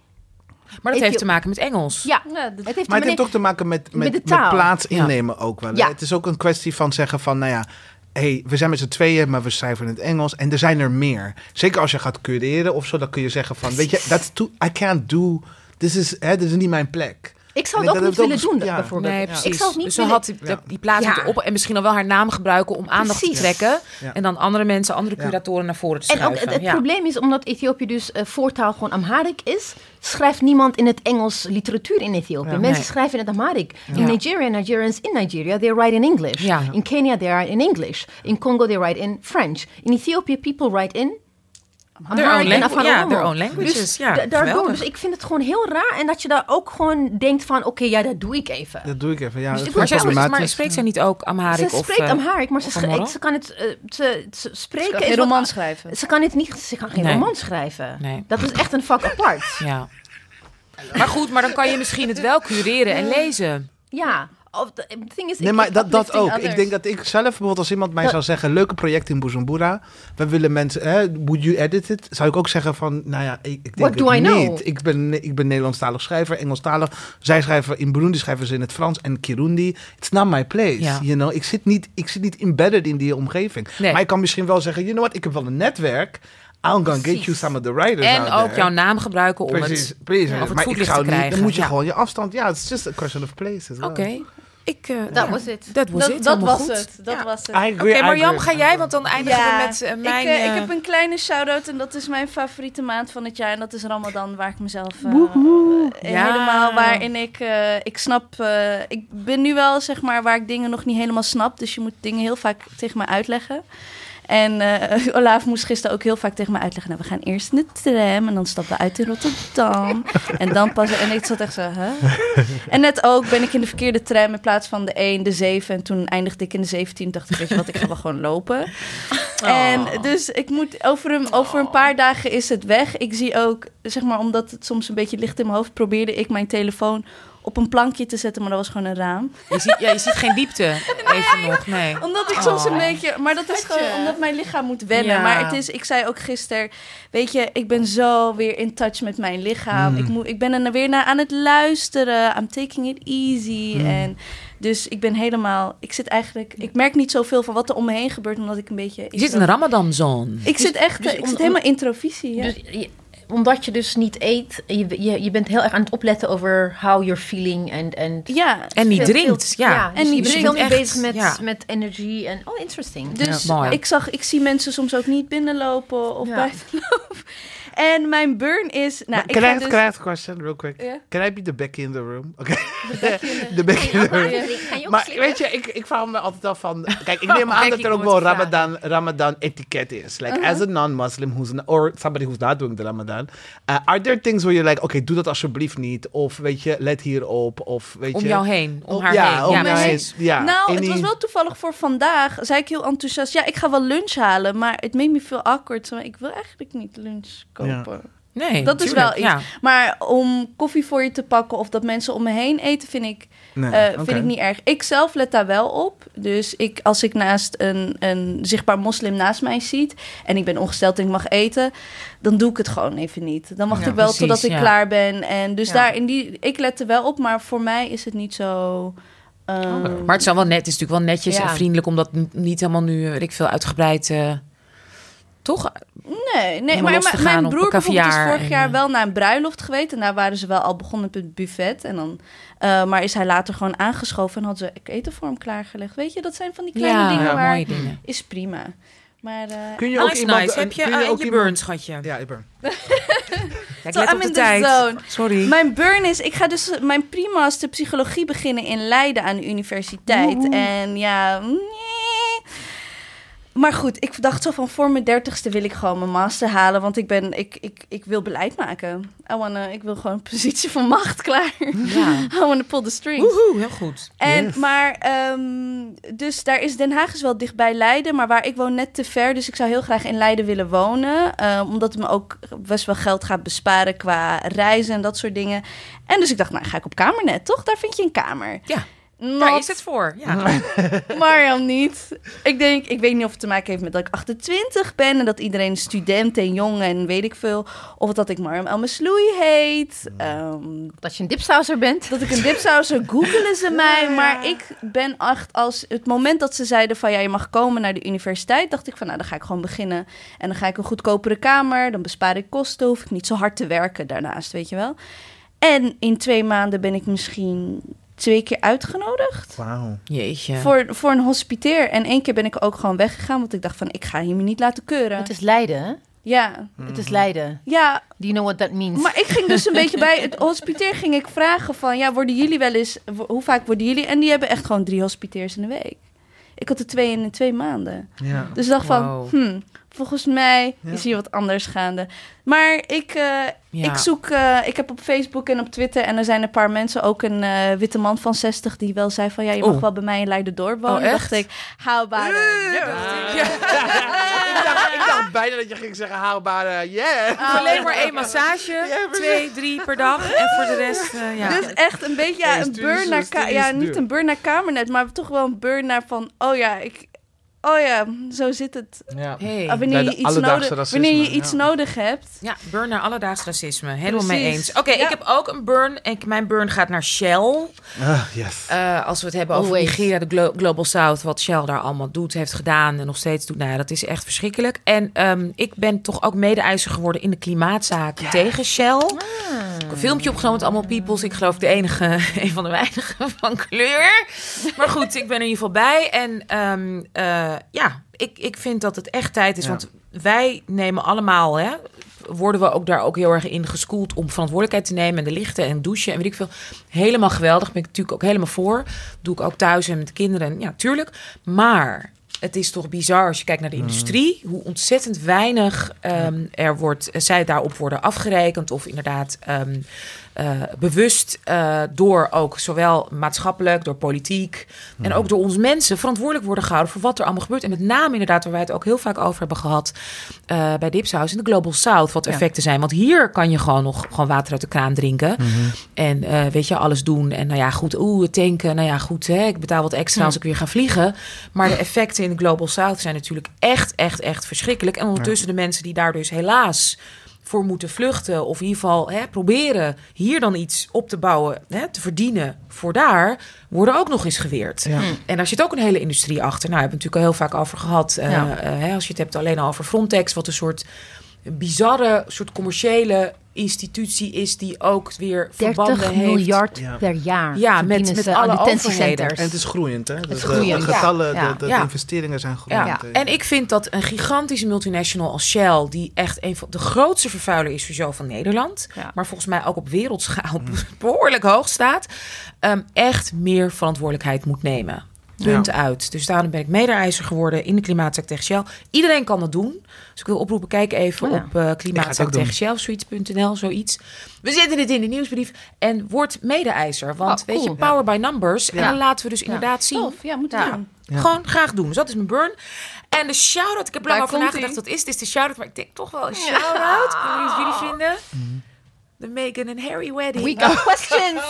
Maar dat Ethio- heeft te maken met Engels. Ja. ja dat, het heeft maar het heeft toch te maken met, met, met, met plaats innemen ja. ook wel. Ja. Het is ook een kwestie van zeggen van, nou ja... hey, we zijn met z'n tweeën, maar we schrijven in het Engels. En er zijn er meer. Zeker als je gaat cureren of zo, dan kun je zeggen van... Weet je, that's too, I can't do... This is, hè, dit is niet mijn plek. Ik zou het ook niet willen doen, ja. bijvoorbeeld. Nee, precies. Ik zou het niet dus ze willen... had die, ja. die plaats ja. op en misschien al wel haar naam gebruiken om aandacht precies. te trekken. Ja. En dan andere mensen, andere curatoren ja. naar voren te schuiven. En ook het, het ja. probleem is, omdat Ethiopië dus uh, voortaal gewoon Amharic is, schrijft niemand in het Engels literatuur in Ethiopië. Ja. Mensen nee. schrijven in het Amharic. Ja. In Nigeria, Nigerians in Nigeria, they write in English. Ja. In Kenya, they write in English. In Congo, they write in French. In Ethiopië, people write in... Their own, langu- ja, their own languages. Dus, ja, da- daardoor, dus ik vind het gewoon heel raar. En dat je daar ook gewoon denkt van... Oké, okay, ja, dat doe ik even. Dat doe ik even, ja. Dus maar, zij, maar spreekt zij niet ook Amharic? Ze of, spreekt uh, Amharic, maar ze, schre- ze kan het... Uh, ze, ze spreken... Ze kan geen roman schrijven. Ze kan het niet... Ze kan geen nee. roman schrijven. Nee. Dat is echt een vak apart. Ja. Maar goed, maar dan kan je misschien het wel cureren en lezen. Ja. Of the thing is, nee, maar dat, dat ook. Others. Ik denk dat ik zelf bijvoorbeeld als iemand mij dat... zou zeggen... leuke project in Bujumbura. We willen mensen... Hè, would you edit it? Zou ik ook zeggen van... Nou ja, ik, ik denk What het do I niet. know? Ik ben, ik ben Nederlandstalig schrijver, Engelstalig. Zij schrijven... In Burundi schrijven ze in het Frans en Kirundi. It's not my place. Ja. You know? Ik zit niet, ik zit niet embedded in die omgeving. Nee. Maar ik kan misschien wel zeggen... You know what? Ik heb wel een netwerk... I'm gonna Precies. get you some of the writers en out ook there. jouw naam gebruiken om Precies, het, precies. over het maar voetlicht ik zou te krijgen. Niet, dan moet je ja. gewoon je afstand... Ja, it's just a question of place. Oké. Okay. Ik, uh, dat was het. Dat was het. Dat was goed. het. Dat ja. was het. Oké, okay, Marjam, ga jij? Want dan eindigen ja, we met uh, mijn... Ik, uh, uh, ik heb een kleine shout-out en dat is mijn favoriete maand van het jaar. En dat is Ramadan, waar ik mezelf uh, uh, ja. helemaal... Waarin ik... Uh, ik snap... Uh, ik ben nu wel, zeg maar, waar ik dingen nog niet helemaal snap. Dus je moet dingen heel vaak tegen mij uitleggen. En uh, Olaaf moest gisteren ook heel vaak tegen me uitleggen... nou, we gaan eerst in de tram en dan stappen we uit in Rotterdam. En dan pas... En ik zat echt zo, huh? En net ook ben ik in de verkeerde tram in plaats van de één, de zeven. En toen eindigde ik in de zeventien. Dacht ik, weet je wat, ik ga wel gewoon lopen. Oh. En dus ik moet... Over een, over een paar dagen is het weg. Ik zie ook, zeg maar, omdat het soms een beetje licht in mijn hoofd... probeerde ik mijn telefoon... op een plankje te zetten, maar dat was gewoon een raam. Je ziet, ja, je ziet geen diepte even nog, nee. Omdat ik Oh. soms een beetje... Maar dat is gewoon omdat mijn lichaam moet wennen. Ja. Maar het is, ik zei ook gisteren... Weet je, ik ben zo weer in touch met mijn lichaam. Mm. Ik, moet, ik ben er weer naar aan het luisteren. I'm taking it easy. Mm. En dus ik ben helemaal... Ik zit eigenlijk... Ik merk niet zoveel van wat er om me heen gebeurt, omdat ik een beetje... Je zit in een Ramadan-zone. Ik zit echt... dus ik om- zit helemaal introvisie. Ja. Dus je- omdat je dus niet eet, je, je, je bent heel erg aan het opletten over how you're feeling en en ja. En niet veel- drinkt, veel- ja. dus En niet je bent drinkt, veel meer echt, bezig met, ja. met energie en oh interesting. Dus Ja, mooi. ik, zag, ik zie mensen soms ook niet binnenlopen of Ja. buiten lopen. En mijn burn is... Nou, ik can, ga I, dus, can I ask a question real quick? Ja. Can I be the Becky in the room? Oké. de De Becky in the room. Kan je ook Maar slikken? weet je, ik, ik vraag me altijd af van... Kijk, ik neem aan Becky dat er ook komt wel te vragen. Ramadan, Ramadan etiket is. Like, Uh-huh. as a non-Muslim who's n- or somebody who's not doing the Ramadan, uh, are there things where you're like, oké, doe dat alsjeblieft niet. Of weet je, let hierop. Of weet Om je... jou heen, om Op- haar ja, heen. om Ja, mij heen. precies. Ja, nou, in het die- was wel toevallig voor vandaag. Zei ik heel enthousiast. Ja, ik ga wel lunch halen. Maar het made me feel awkward. Zo, ik wil eigenlijk niet lunch kopen. Nee, Dat is tuurlijk, wel iets. ja. Maar om koffie voor je te pakken of dat mensen om me heen eten, vind ik, Nee, eh, oké. vind ik niet erg. Ik zelf let daar wel op. Dus ik, als ik naast een, een zichtbaar moslim naast mij ziet en ik ben ongesteld en ik mag eten, dan doe ik het gewoon even niet. Dan wacht Ja, ik wel precies, totdat ik ja. klaar ben. En dus Ja. daar in die, ik let er wel op, maar voor mij is het niet zo. ehm, Maar het is wel net, het is natuurlijk wel netjes Ja. en vriendelijk, omdat n- niet helemaal nu, weet ik veel, uitgebreid... eh, toch? Nee, nee Helemaal maar los te mijn- gaan mijn op broer bijvoorbeeld is caviar vorig en, jaar eh, wel naar een bruiloft geweest. En daar waren ze wel al begonnen met het buffet. En dan, uh, maar is hij later gewoon aangeschoven en had ze eten voor hem klaargelegd. Weet je, dat zijn van die kleine Ja, dingen ja, waar... mooie dingen. Is prima. Maar uh, Kun je ook Nice, iemand... nice. Heb je, kun uh, ook je iemand- burn, schatje? Ja, ik ben. Ja, ik So, let I'm op de in the tijd. zone. Sorry. mijn burn is... Ik ga dus mijn pre-master psychologie beginnen in Leiden aan de universiteit. En ja... nee. Maar goed, ik dacht zo van voor mijn dertigste wil ik gewoon mijn master halen. Want ik, ben, ik, ik, ik wil beleid maken. I wanna, ik wil gewoon een positie van macht klaar. Ja. I wanna pull the strings. Woehoe, heel goed. En, Yes. Maar, ehm, dus daar is Den Haag is wel dichtbij Leiden, maar waar ik woon net te ver. Dus ik zou heel graag in Leiden willen wonen. ehm, omdat het me ook best wel geld gaat besparen qua reizen en dat soort dingen. En dus ik dacht, nou ga ik op Kamernet, toch? Daar vind je een kamer. Ja, Not daar is het voor. Ja. Mariam niet. Ik denk, ik weet niet of het te maken heeft met dat ik achtentwintig ben en dat iedereen student en jong en weet ik veel. Of dat ik Mariam El Masloui heet. Ehm, Dat je een dipsauser bent. dat ik een dipsauser, googelen ze mij. Maar ik ben echt als het moment dat ze zeiden van ja, je mag komen naar de universiteit, dacht ik van nou, dan ga ik gewoon beginnen. En dan ga ik een goedkopere kamer, dan bespaar ik kosten, hoef ik niet zo hard te werken daarnaast, weet je wel. En in twee maanden ben ik misschien twee keer uitgenodigd. Wauw. Jeetje. Voor, voor een hospiteer. En één keer ben ik ook gewoon weggegaan, want ik dacht van, ik ga hier me niet laten keuren. Het is Leiden, hè? Ja, Het is Leiden. ja, Do you know what that means? maar ik ging dus een beetje bij het hospiteer ging ik vragen van, ja, worden jullie wel eens, wo- hoe vaak worden jullie? En die hebben echt gewoon drie hospiteers in de week. Ik had er twee in twee maanden. Ja. Dus ik dacht van, Wow. hmm, volgens mij Ja. is hier wat anders gaande. Maar ik, eh, Ja. ik zoek, eh, ik heb op Facebook en op Twitter en er zijn een paar mensen, ook een eh, witte man van zestig, die wel zei van, ja, je mag Oh. wel bij mij in Leiden-dorp wonen. Oh, echt? dacht ik, how about it? Ja. ik, dacht, ik dacht bijna dat je ging zeggen, haalbare, yeah. Alleen maar één massage, twee, drie per dag. En voor de rest, eh, ja. Dus echt een beetje, ja, Nee, een studie is- burn naar, ka- studie ja, is niet duur. een burn naar kamernet, maar toch wel een burn naar van, oh ja, ik, oh ja, zo zit het. Ja. Hey. Ah, wanneer, Bij je de iets alledaagse nodig, racisme, wanneer je iets ja. nodig hebt. Ja, burn naar alledaags racisme. Helemaal mee Precies. eens. Oké, Ja. ik heb ook een burn. Ik, mijn burn gaat naar Shell. Ah, yes. Eh, als we het hebben over Always. Nigeria, de Glo- Global South, wat Shell daar allemaal doet, heeft gedaan en nog steeds doet. Nou ja, dat is echt verschrikkelijk. En ehm, ik ben toch ook mede-eiser geworden in de klimaatzaak tegen Shell. Ik heb een filmpje opgenomen met allemaal peoples. Ik geloof de enige, een van de weinigen van kleur. Maar goed, ik ben er in ieder geval bij. En ehm, eh, ja, ik, ik vind dat het echt tijd is. Ja. Want wij nemen allemaal, hè, worden we ook daar ook heel erg in geschoold om verantwoordelijkheid te nemen. En de lichten en douchen en weet ik veel. Helemaal geweldig. Ben ik natuurlijk ook helemaal voor. Doe ik ook thuis en met de kinderen. Ja, tuurlijk. Maar het is toch bizar als je kijkt naar de industrie. Hoe ontzettend weinig um, er wordt, zij daarop worden afgerekend. Of inderdaad um, uh, bewust uh, door ook zowel maatschappelijk, door politiek mm. en ook door ons mensen verantwoordelijk worden gehouden voor wat er allemaal gebeurt. En met name inderdaad, waar wij het ook heel vaak over hebben gehad uh, bij Dipsaus in de Global South, wat de effecten ja. zijn. Want hier kan je gewoon nog gewoon water uit de kraan drinken. Mm-hmm. En uh, weet je, alles doen. En nou ja, goed, oeh, tanken. Nou ja, goed, hè, ik betaal wat extra mm. als ik weer ga vliegen. Maar de effecten in de Global South zijn natuurlijk echt, echt, echt verschrikkelijk. En ondertussen ja. de mensen die daar dus helaas voor moeten vluchten, of in ieder geval hè, proberen hier dan iets op te bouwen, hè, te verdienen voor daar, worden ook nog eens geweerd. Ja. En daar zit ook een hele industrie achter. Nou, hebben we het natuurlijk al heel vaak over gehad. Uh, ja. uh, hè, als je het hebt alleen al over Frontex, wat een soort bizarre, soort commerciële institutie is die ook weer verbanden heeft. dertig miljard ja. per jaar. Ja, met, met alle overheden. En het is groeiend, hè? Het is de, groeiend. de getallen, ja. de, de, ja. de investeringen zijn groeiend. Ja. En ik vind dat een gigantische multinational als Shell, die echt een van de grootste vervuiler is sowieso van Nederland, ja. maar volgens mij ook op wereldschaal mm. behoorlijk hoog staat, um, echt meer verantwoordelijkheid moet nemen. Punt ja. uit. Dus daarom ben ik mede-eiser geworden in de klimaatzaak tegen Shell. Iedereen kan dat doen. Dus ik wil oproepen, kijk even oh ja. op uh, klimaatzaak tegen Shell suites punt n l, zoiets. We zetten dit in de nieuwsbrief en word mede-eiser. Want oh, cool. weet je, power ja. by numbers. Ja. En dan laten we dus inderdaad ja. zien. Tof. Ja, moeten we ja. doen. Ja. Gewoon graag doen. Dus dat is mijn burn. En de shout-out, ik heb lang over nagedacht wat is. Het is de shout-out, maar ik denk toch wel een shout-out. Ja. Ik weet niet wat jullie vinden. Mm. The Meghan and Harry wedding. We got questions.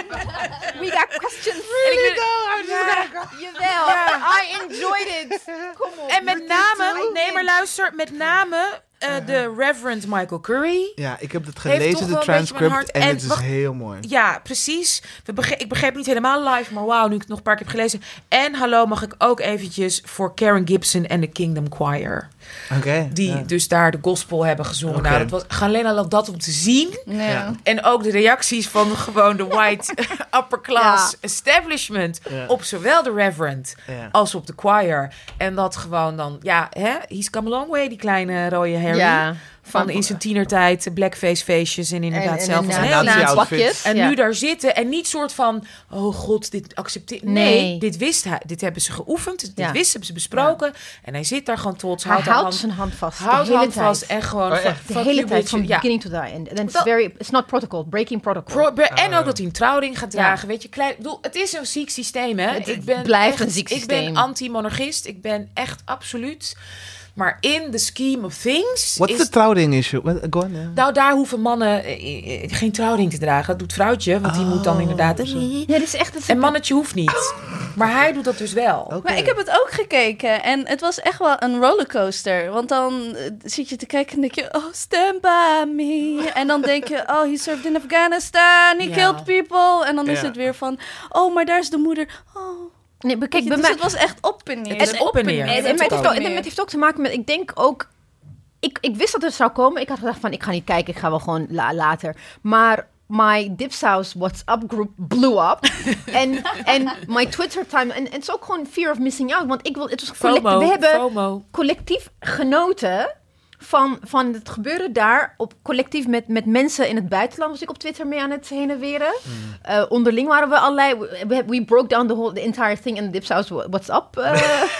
We got questions. Really go. Ja. Jawel. Ja. I enjoyed it. Kom op. En met name, nee maar luister, met name uh, de Reverend Michael Curry. Ja, ik heb het gelezen, de transcript, en, en het is wacht, heel mooi. Ja, precies. We begreep, ik begreep niet helemaal live, maar wauw, nu ik het nog een paar keer heb gelezen. En hallo, mag ik ook eventjes voor Karen Gibson en de Kingdom Choir. Okay, die ja. dus daar de gospel hebben gezongen. Okay. Nou, dat was alleen al dat om te zien. Ja. En ook de reacties van gewoon de white upper class ja. establishment ja. op zowel de Reverend ja. als op de choir. En dat gewoon dan, ja, hè, he's come a long way, die kleine rode Harry. Ja. Van in zijn tienertijd, blackface feestjes en inderdaad en, en, zelf als en, heel nazi-outfits. En ja. nu daar zitten en niet soort van, oh god, dit accepteer. Nee, nee, dit wist hij, dit hebben ze geoefend, dit ja. wist hebben ze besproken. Ja. En hij zit daar gewoon trots. Hij houdt, houdt zijn hand vast. Houdt hand tijd. vast en gewoon oh, van, de hele tijd, from ja. beginning to the end. And it's very, it's not protocol, breaking protocol. Pro, en ook dat hij een trouwding gaat dragen, ja. weet je, klein. Bedoel, het is een ziek systeem, hè? Het, ik ben blijft echt, een ziek systeem. Ik ben anti-monarchist, ik ben echt absoluut. Maar in the scheme of things... Wat is de trouwding issue? Go on, yeah. Nou, daar hoeven mannen eh, eh, geen trouwding te dragen. Dat doet vrouwtje, want oh, die moet dan inderdaad... Ja, dat is echt, dat is en mannetje hoeft niet. Maar hij doet dat dus wel. Okay. Maar ik heb het ook gekeken. En het was echt wel een rollercoaster. Want dan uh, zit je te kijken en denk je... Oh, stand by me. En dan denk je... Oh, he served in Afghanistan. He yeah. killed people. En dan is yeah. het weer van... Oh, maar daar is de moeder. Oh... Nee, maar kijk, je, bij dus mij, het was echt op en neer. Het is op en neer. En, en, het, heeft ook, het heeft ook te maken met, ik denk ook, ik, ik wist dat het zou komen. Ik had gedacht van, ik ga niet kijken, ik ga wel gewoon la, later. Maar my Dipsaus WhatsApp group blew up. En en my Twitter time, en het is ook gewoon fear of missing out. Want ik wil, het was collectief, FOMO, we hebben FOMO. collectief genoten van, van het gebeuren daar, op collectief met, met mensen in het buitenland. Was ik op Twitter mee aan het heen en weren. Mm. Uh, onderling waren we allerlei... We, we broke down the whole the entire thing in the Dipsaus WhatsApp. Uh,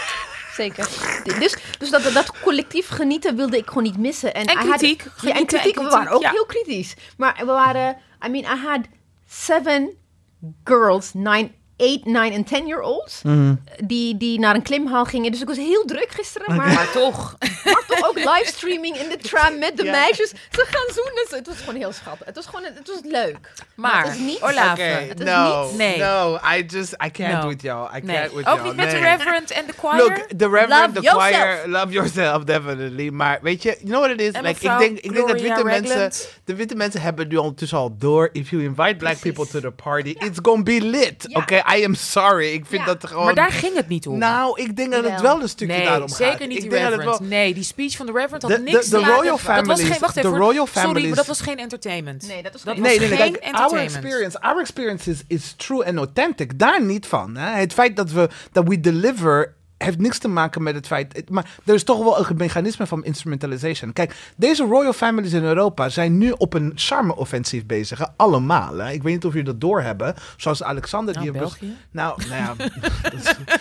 Zeker. Dus, dus dat, dat collectief genieten wilde ik gewoon niet missen. En, en kritiek. Had, ja, en kritiek. We waren ook ja. heel kritisch. Maar we waren... I mean, I had seven girls, nine... eight, nine en ten year olds mm. die, die naar een klimhal gingen. Dus ik was heel druk gisteren. Okay. Maar, maar toch. Maar toch ook livestreaming in de tram met de ja. meisjes. Ze gaan zoenen. Het was gewoon heel schattig. Het was gewoon het was leuk. Maar, maar het is niet... Olave. Okay. Het is no, niet... Nee. No, I just... I can't no. with y'all. I nee. can't with ook y'all. niet met nee. de Reverend en de choir? Look, the Reverend, love the yourself. choir... Love yourself, definitely. Maar weet je, you know what it is? En Like, ik denk, ik denk dat witte mensen... De witte mensen hebben nu ondertussen al door... If you invite black Precies. people to the party... Ja. It's gonna be lit. Ja. Okay, I am sorry. Ik vind ja. dat gewoon... Maar daar ging het niet om. Nou, ik denk dat Jawel. het wel een stukje nee, daarom gaat. zeker niet ik die denk Reverend. Wel... Nee, die speech van de Reverend had de, niks de, te de maken. Royal Families, dat was geen, wacht even. The Royal Families, sorry, maar dat was geen entertainment. Nee, dat was dat geen, was nee, nee, geen kijk, entertainment. Our experience, our experience is, is true and authentic. Daar niet van. Hè? Het feit dat we, dat we deliver... heeft niks te maken met het feit... Maar er is toch wel een mechanisme van instrumentalization. Kijk, deze royal families in Europa zijn nu op een charme-offensief bezig. Hè? Allemaal. Hè? Ik weet niet of jullie dat doorhebben. Zoals Alexander... Nou, die België? Nou, nou ja...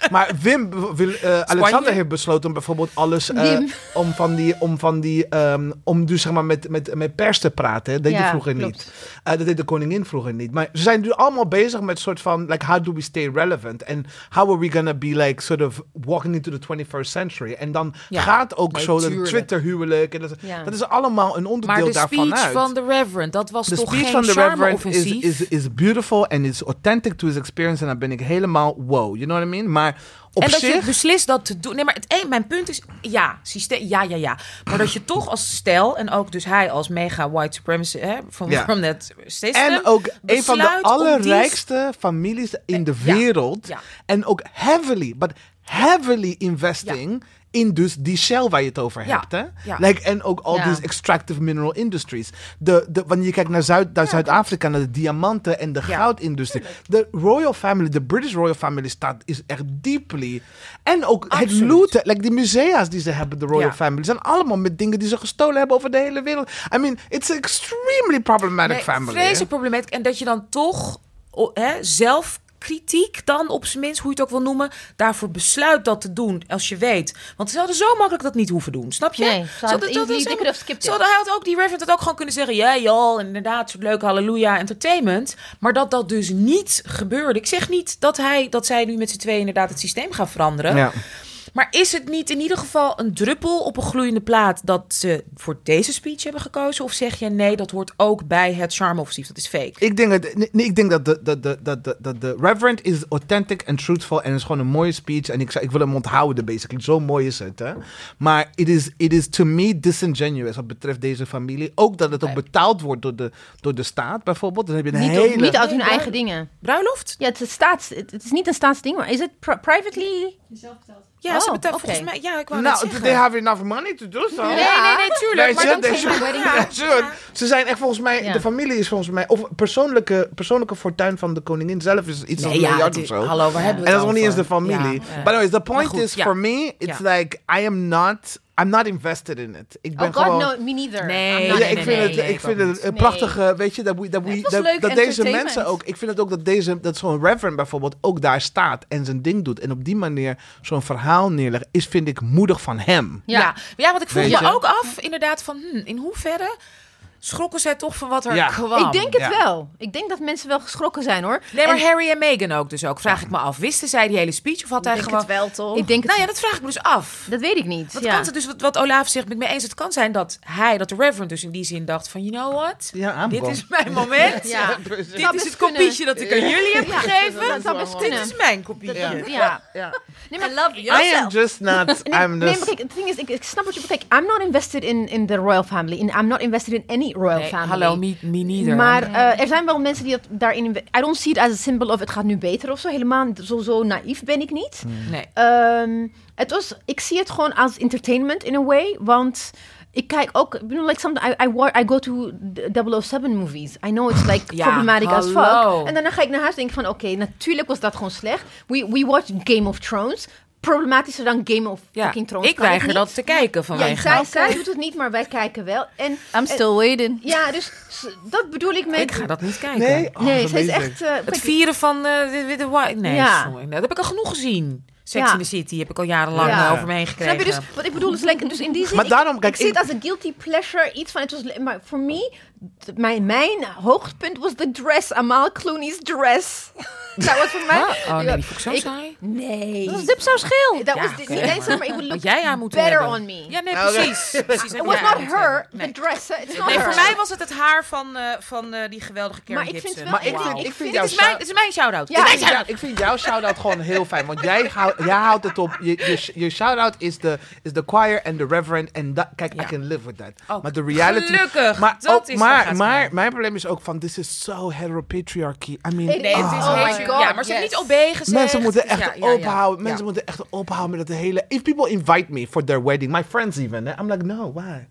Maar Wim, wil, uh, Alexander heeft besloten om bijvoorbeeld alles uh, om van die, om van die, um, om dus zeg maar met, met, met pers te praten. Dat deed ja, je vroeger klopt. niet. Uh, dat deed de koningin vroeger niet. Maar ze zijn nu allemaal bezig met soort van, like, how do we stay relevant? And how are we gonna be like sort of walking into the twenty-first century? En dan Ja, gaat ook nee, zo de tuurlijk. Twitter huwelijk. En dat, Ja. dat is allemaal een onderdeel Maar de daarvan speech uit. van de Reverend, dat was De toch speech geen van de Reverend is, charme-offensief? is, is beautiful and is authentic to his experience. En dan ben ik helemaal wow, you know what I mean? Maar op en dat zich... je beslist dat te doen. Nee, maar het een, mijn punt is, ja, systeem, ja, ja, ja. Maar dat je toch als stel, en ook dus hij als mega white supremacist, hè, van Ja. from that system, En ook een van de besluit om die- allerrijkste families in de Ja, wereld. ja. En ook heavily, but heavily investing in dus die Shell waar je het over Ja, hebt. Hè? ja. Like, en ook al Ja. these extractive mineral industries. De, de, wanneer je kijkt naar, Zuid, naar Zuid-Afrika, naar de diamanten en de Ja. goudindustrie. De royal family, de British royal family staat, is echt deeply. En ook Absoluut. het looten, like die musea's die ze hebben, de royal Ja. family, zijn allemaal met dingen die ze gestolen hebben over de hele wereld. I mean, it's an extremely problematic Nee, family. vreselijk problematisch. En dat je dan toch o- hè, zelf kritiek dan op zijn minst, hoe je het ook wil noemen, daarvoor besluit dat te doen als je weet. Want ze hadden zo makkelijk dat niet hoeven doen, snap je? Nee, ze hadden dat- easily- dat is they could have skipped zo it. had- Hij had ook, die Reverend had ook gewoon kunnen zeggen, ja joh, en inderdaad, soort leuke halleluja entertainment. Maar dat dat dus niet gebeurde. Ik zeg niet dat, hij, dat zij nu met z'n tweeën inderdaad het systeem gaan veranderen. Ja. Maar is het niet in ieder geval een druppel op een gloeiende plaat dat ze voor deze speech hebben gekozen? Of zeg je nee, dat hoort ook bij het charme-offensief, dat is fake? Ik denk dat, nee, ik denk dat de, de, de, de, de, de, de Reverend is authentic en truthful en is gewoon een mooie speech. En ik, zou- ik wil hem onthouden, basically. Zo mooi is het, hè. Maar it is, it is to me disingenuous wat betreft deze familie. Ook dat het ook betaald wordt door de, door de staat, bijvoorbeeld. Dan heb je een Niet, hele... niet uit hun Nee, eigen dingen. Bruiloft? Ja, het is, staats, het het is niet een staatsding, maar is het pri- privately? Ja, ze Oh, betalen oké. volgens mij. Ja, ik wou net Nou, zeggen. they have enough money to do so. Nee, nee, nee, tuurlijk. Nee, maar ze- dan they kun je- should- wedding Ja, they should. ja. Ze zijn echt volgens mij, Ja. de familie is volgens mij, of persoonlijke, persoonlijke fortuin van de koningin zelf is iets van Nee, een ja, miljard het of is- zo. hallo, waar hebben we En het dat is nog niet eens over? de familie. Ja, ja. By the way, the point goed, is, ja. for me, it's Ja. like, I am not, I'm not invested in it. Ik ben Oh god, gewoon... no, me neither. Nee, I'm Ja, not nee, ik in vind it. het, nee, ik ik vind ook het niet. een Nee. prachtige, weet je, dat, we, dat, we, Het was dat, leuk dat deze entertainment. mensen ook, ik vind het ook dat deze, dat zo'n Reverend bijvoorbeeld ook daar staat en zijn ding doet en op die manier zo'n verhaal neerlegt, is vind ik moedig van hem. Ja. Ja. ja, want ik vroeg Weet me je? ook af, inderdaad, van hm, in hoeverre schrokken zij toch van wat er Ja. kwam? Ik denk het Ja. wel. Ik denk dat mensen wel geschrokken zijn, hoor. Nee, maar En Harry en Meghan ook dus ook. Vraag ik me af. Wisten zij die hele speech of had hij Ik denk gewoon... het wel, toch? ik denk het, Nou ja, dat vraag ik me dus af. dat weet ik niet. Wat ja. kan het dus, wat, wat Olaf zegt, ben ik mee eens. Het kan zijn dat hij, dat de Reverend dus in die zin dacht van, you know what? Ja, I'm Dit gone. is mijn moment. Ja. precies. Dit Zou is best het kopietje kunnen. dat ik aan jullie heb Ja, gegeven. dat zou best Dit kunnen. is mijn kopietje. Ja. Ja. Ja. Nee, maar, I love I am yourself. just not, Nee, I'm nee, just... maar kijk, het ding is, ik, ik snap wat je betekent. I'm not invested in, in the royal family. In, I'm not invested in any royal Nee, family. hallo, me, me neither. Maar eh, er zijn wel mensen die dat daarin... inve- I don't see it as a symbol of het gaat nu beter of zo. Helemaal zo, zo naïef ben ik niet. Nee. Ehm, het was, ik zie het gewoon als entertainment in a way. Want ik kijk ook... You know, like some, I, I, wa- I go to the double oh seven movies. I know it's like Ja, problematic as hallo. fuck. En daarna ga ik naar huis en denk van... Oké, natuurlijk was dat gewoon slecht. We, we watched Game of Thrones. Problematischer dan Game of Ja, fucking Thrones. ik kan weiger niet. dat te kijken Ja, vanwege... zij, zij doet het niet, maar wij kijken wel. En, I'm still waiting. ja, dus s- dat bedoel ik met... Ik ga dat niet kijken. Nee? Oh, Nee, dat zij is amazing. echt... eh, Het kijk, vieren van eh, de, de, de White... Nee, Ja. sorry. Dat heb ik al genoeg gezien. Sex Ja. in the City heb ik al jarenlang Ja. eh, over me heen gekregen. Snap je dus? Wat ik bedoel is, like, dus in die zin... Maar ik- daarom, ik, kijk, zie ik- het als een guilty pleasure, iets van... Het was, le- maar voor me, t- mijn, mijn hoogtepunt was de dress. Amal Clooney's dress. dat was voor mij... Ah, oh nee, die vond ik zo Ik- saai. Nee. Dat was dipsaus-geel. Dat Ja, was oké. niet eens, maar it would look Wat jij aan moet better hebben. on me. Ja, nee, Nou, oké. precies. precies. It was not her, Nee. the dress. hè. It's not Nee, her. voor mij was het het haar van, eh, van eh, die geweldige Karen Maar ik vind Gibson. wel- Maar ik Wauw. vind, ik Ik vind vind- jouw Dit is mijn, shout- dit is mijn shout-out. Ja, Dit is ik, mijn vind, shout-out. ik vind jouw shout-out gewoon heel fijn. Want jij, hou, jij houdt het op... Je, je, je shout-out is de is the choir en de reverend. En dat, kijk, Ja. I can live with that. Ook. Maar de reality... Gelukkig, Maar, dat ook, is waar gaat maar, het maar om. mijn probleem is ook van... This is so heteropatriarchy. I mean... Nee, Nee, het is Oh heel- my God, ja, maar ze yes. heeft niet obé gezegd. Mensen moeten echt Ja, ja, ja. ophouden. Mensen Ja. moeten echt ophouden met het hele... If people invite me for their wedding, my friends even, hè, I'm like, no, why?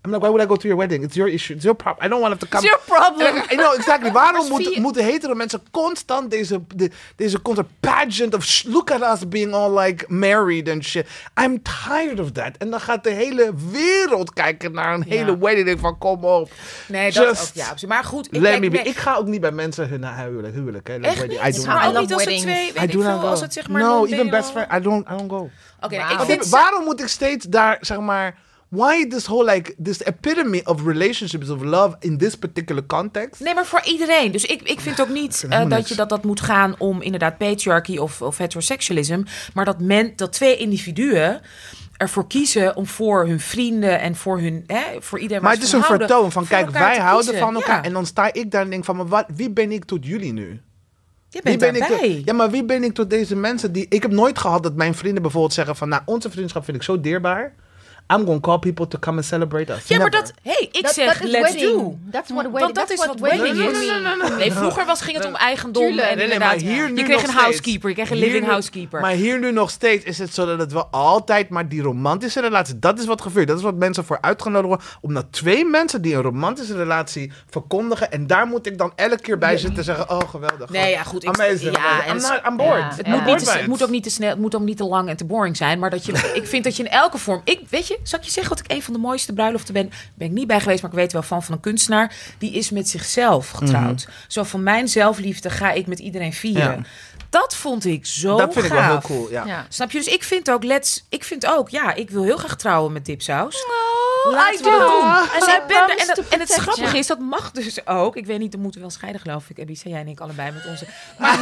I'm like, why would I go to your wedding? It's your issue. It's your problem. I don't want to come. It's your problem. I know, exactly. Waarom Maar moet, zie je- moeten hetero mensen constant deze, de, deze constant pageant of sh- look at us being all like married and shit. I'm tired of that. En dan gaat de hele wereld kijken naar een Ja. hele wedding. Denk van, kom op. Nee, dat Just ook. Ja, precies. Maar goed. Ik, Let kijk, me be. nee, Ik ga ook niet bij mensen hun huwelijk. huwelijk hè. Like echt wedding. niet? I do Maar I ook love niet als het weddings. twee, I weet ik do not veel, go. als het zeg maar... No, non-B even O- best friend. I don't, I don't go. Oké, nou, Wow. ik Want vind... ik- waarom moet ik steeds daar, zeg maar... Why this whole, like, this epitome of relationships, of love in this particular context? Nee, maar voor iedereen. Dus ik, ik vind ook niet vind eh, helemaal dat niks. je dat, dat moet gaan om inderdaad patriarchy of, of heterosexualism. Maar dat, men, dat twee individuen ervoor kiezen om voor hun vrienden en voor hun, hè, voor iedereen Maar waar het ze is een van houden, vertoon van, voor kijk, elkaar wij te houden kiezen. van elkaar. Ja. En dan sta ik daar en denk van, maar wat, wie ben ik tot jullie nu? Je Wie bent ben ik daarbij. tot, ja, maar wie ben ik tot deze mensen die... Ik heb nooit gehad dat mijn vrienden bijvoorbeeld zeggen van... Nou, onze vriendschap vind ik zo dierbaar. I'm gonna call people to come and celebrate us. Ja, maar Never. dat... hey, ik Dat- zeg, dat is let's wedding. do. That's what Want wedding- dat that's is what wat wedding wedding is. is. Nee, nee, nee, nee. Nee, vroeger was, ging het om eigendom. Tuurlijk. En Nee, nee, maar inderdaad, hier je nu kreeg nog een steeds. housekeeper, je kreeg een Hier living nu- housekeeper. Maar hier nu nog steeds is het zo dat het wel altijd maar die romantische relatie... Dat is wat gebeurt. Dat is wat mensen voor uitgenodigd worden. Omdat twee mensen die een romantische relatie verkondigen... En daar moet ik dan elke keer bij zitten en zeggen... Oh, geweldig. Nee, ja, goed. Ik, Amazing. ja, amazing. en I'm, het- not, I'm bored. Ja. Het, I'm moet Ja. niet bored te, by het it. moet ook niet te snel, het moet ook niet te lang en te boring zijn. Maar dat je, ik vind dat je in elke vorm... Ik, weet je, zal ik je zeggen wat ik een van de mooiste bruiloften ben? Ben ik niet bij geweest, maar ik weet wel van, van een kunstenaar. Die is met zichzelf getrouwd. Zo van mijn zelfliefde ga ik met iedereen vieren. Ja. Dat vond ik zo Dat vind ik wel gaaf. heel cool, ja. Ja. Snap je? Dus ik vind ook, let's, ik vind ook, ja, ik wil heel graag trouwen met dipsaus. Oh, Laten I we dat do. doen. And Dus I ik ben er- en, promise dat- to en het protect grappige you. is, dat mag dus ook. Ik weet niet, we moeten wel scheiden, geloof ik. Elisa, jij en ik allebei met onze...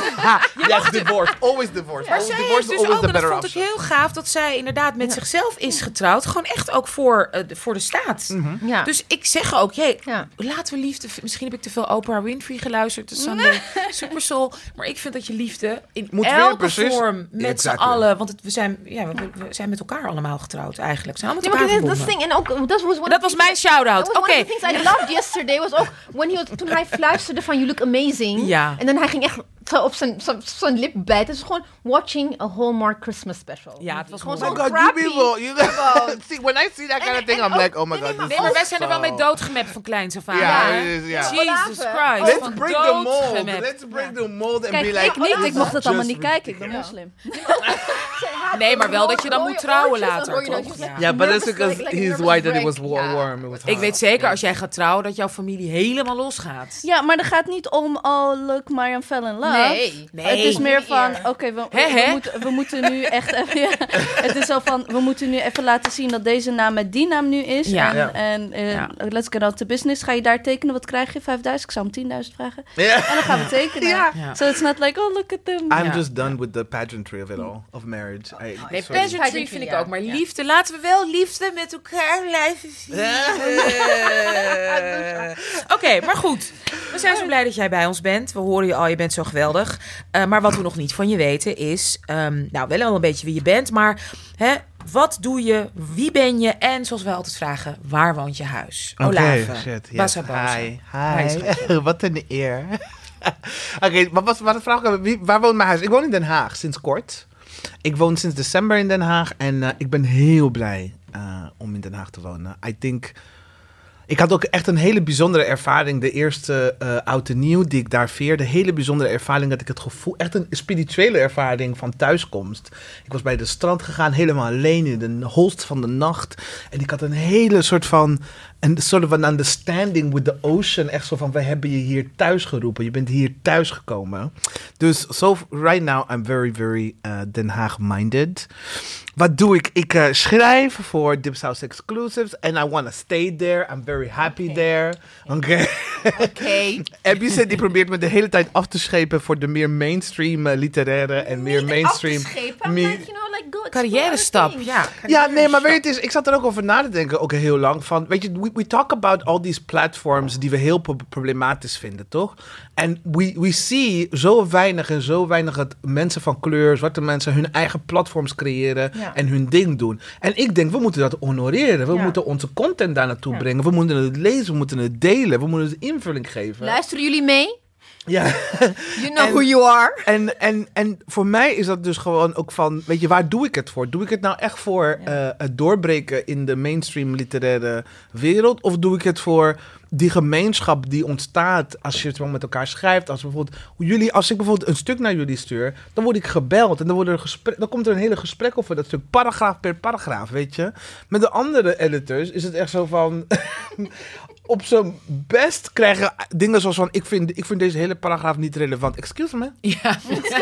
Yes, divorce. Always divorce. Maar Always zij divorce is dus always ook, the en dat better vond ik option. heel gaaf, dat zij inderdaad met zichzelf is getrouwd. Gewoon echt ook voor, eh, de, voor de staat. Ja. Dus ik zeg ook, hey, Ja. laten we liefde... Misschien heb ik te veel Oprah Winfrey geluisterd, de Sunday Super Soul. Maar ik vind dat je liefde in Moet weer elke precies- vorm met Exactly. z'n allen... Want het, we, zijn, ja, we, we zijn met elkaar allemaal getrouwd eigenlijk. We zijn allemaal Ja, met maar elkaar dat is verbonden. thing. En ook, dat was one En dat of was the mijn things- shout-out. that was Oké. one of the things I loved yesterday was ook when he was, toen hij fluisterde van you look amazing. Ja. En dan hij ging echt zo op zijn, zo- zijn lip bijten. Het is gewoon watching a Hallmark Christmas special. Ja, het was gewoon mooi. Oh zo my God, you crappy. people. You Gewoon. see, when I see that kind En- of thing, en I'm ook- like, oh my nee, God. nee, this Nee, is maar wij so zijn er wel mee sad. doodgemapt van kleins af aan. Ja, Ja. it is, ja. Jesus Olaven. Christ. Let's van break the mold. doodgemapt. Let's break the mold and Kijk, be like... ik niet. Ik mocht dat allemaal just niet kijken. Ik ben ridiculous. moslim. Nee, maar wel dat je dan moet trouwen later, toch? Ja. Yeah, but that's Nervous, because like- like he's nervous white and he break. was wa- Ja. warm. It was Ik hot. weet zeker, als jij gaat trouwen, dat jouw familie helemaal losgaat. Ja, maar dat gaat niet om, oh, look, Mariam fell in love. Nee. Nee. Het is meer van, Eer. oké, we, Hè, we, hè? moeten, we moeten nu echt even... ja, het is zo van, we moeten nu even laten zien dat deze naam met die naam nu is. Ja. En, Ja. en eh, Ja. let's get out to business. Ga je daar tekenen? Wat krijg je? vijfduizend? Ik zou hem tienduizend vragen. Yeah. En dan gaan we tekenen. Ja. Ja. So it's not like, oh, look at them. I'm Ja. just done with the pageantry of it all, of marriage. I, Nee, sorry. pageantry Pageantry, vind ik ja. ook. Maar Ja. liefde, laten we wel liefde met elkaar blijven vieren. Oké, maar goed. We zijn zo blij dat jij bij ons bent. We horen je al, je bent zo geweldig. Uh, maar wat we nog niet van je weten is... Um, nou, wel al een beetje wie je bent, maar... Hè, wat doe je? Wie ben je? En zoals we altijd vragen, waar woont je huis? Oké, Olave. shit. Yes. Bassa Bassa. Hi. Hi, Hi. schatje. Wat een eer. Oké, wat was wat de vraag? Wie, waar woont mijn huis? Ik woon in Den Haag sinds kort. Ik woon sinds december in Den Haag en uh, ik ben heel blij uh, om in Den Haag te wonen. I think... Ik had ook echt een hele bijzondere ervaring. De eerste uh, oud en nieuw die ik daar vierde. Hele bijzondere ervaring dat ik het gevoel... Echt een spirituele ervaring van thuiskomst. Ik was bij de strand gegaan, helemaal alleen in de holst van de nacht. En ik had een hele soort van... Een soort of an understanding with the ocean. Echt zo van, we hebben je hier thuis geroepen. Je bent hier thuis gekomen. Dus so right now I'm very, very uh, Den Haag-minded. Wat doe ik? Ik uh, schrijf voor Dipsaus Exclusives. And I want to stay there. I'm very happy okay. there. Oké. Oké. Abby zegt, die probeert me de hele tijd af te schepen voor de meer mainstream uh, literaire en meer mainstream... Afgeschepen. Me- Like, you know, like, go explore Carrière stap, things. ja. Ja, nee, maar weet je, het is, ik zat er ook over na te denken, ook heel lang, van, weet je, we, we talk about all these platforms die we heel pro- problematisch vinden, toch? En we, we see zo weinig en zo weinig dat mensen van kleur, zwarte mensen, hun eigen platforms creëren Ja. en hun ding doen. En ik denk, we moeten dat honoreren. We Ja. moeten onze content daar naartoe Ja. brengen. We moeten het lezen, we moeten het delen, we moeten het invulling geven. Luisteren jullie mee? Ja. You know En- who you are. En, en, en voor mij is dat dus gewoon ook van, weet je, waar doe ik het voor? Doe ik het nou echt voor Ja. eh, het doorbreken in de mainstream literaire wereld? Of doe ik het voor die gemeenschap die ontstaat als je het wel met elkaar schrijft? Als bijvoorbeeld, hoe jullie, als ik bijvoorbeeld een stuk naar jullie stuur, dan word ik gebeld en dan, worden er gesprek, dan komt er een hele gesprek over dat stuk, paragraaf per paragraaf, weet je? Met de andere editors is het echt zo van... Op zijn best krijgen dingen zoals van, ik vind, ik vind deze hele paragraaf niet relevant. Excuse me? Ja.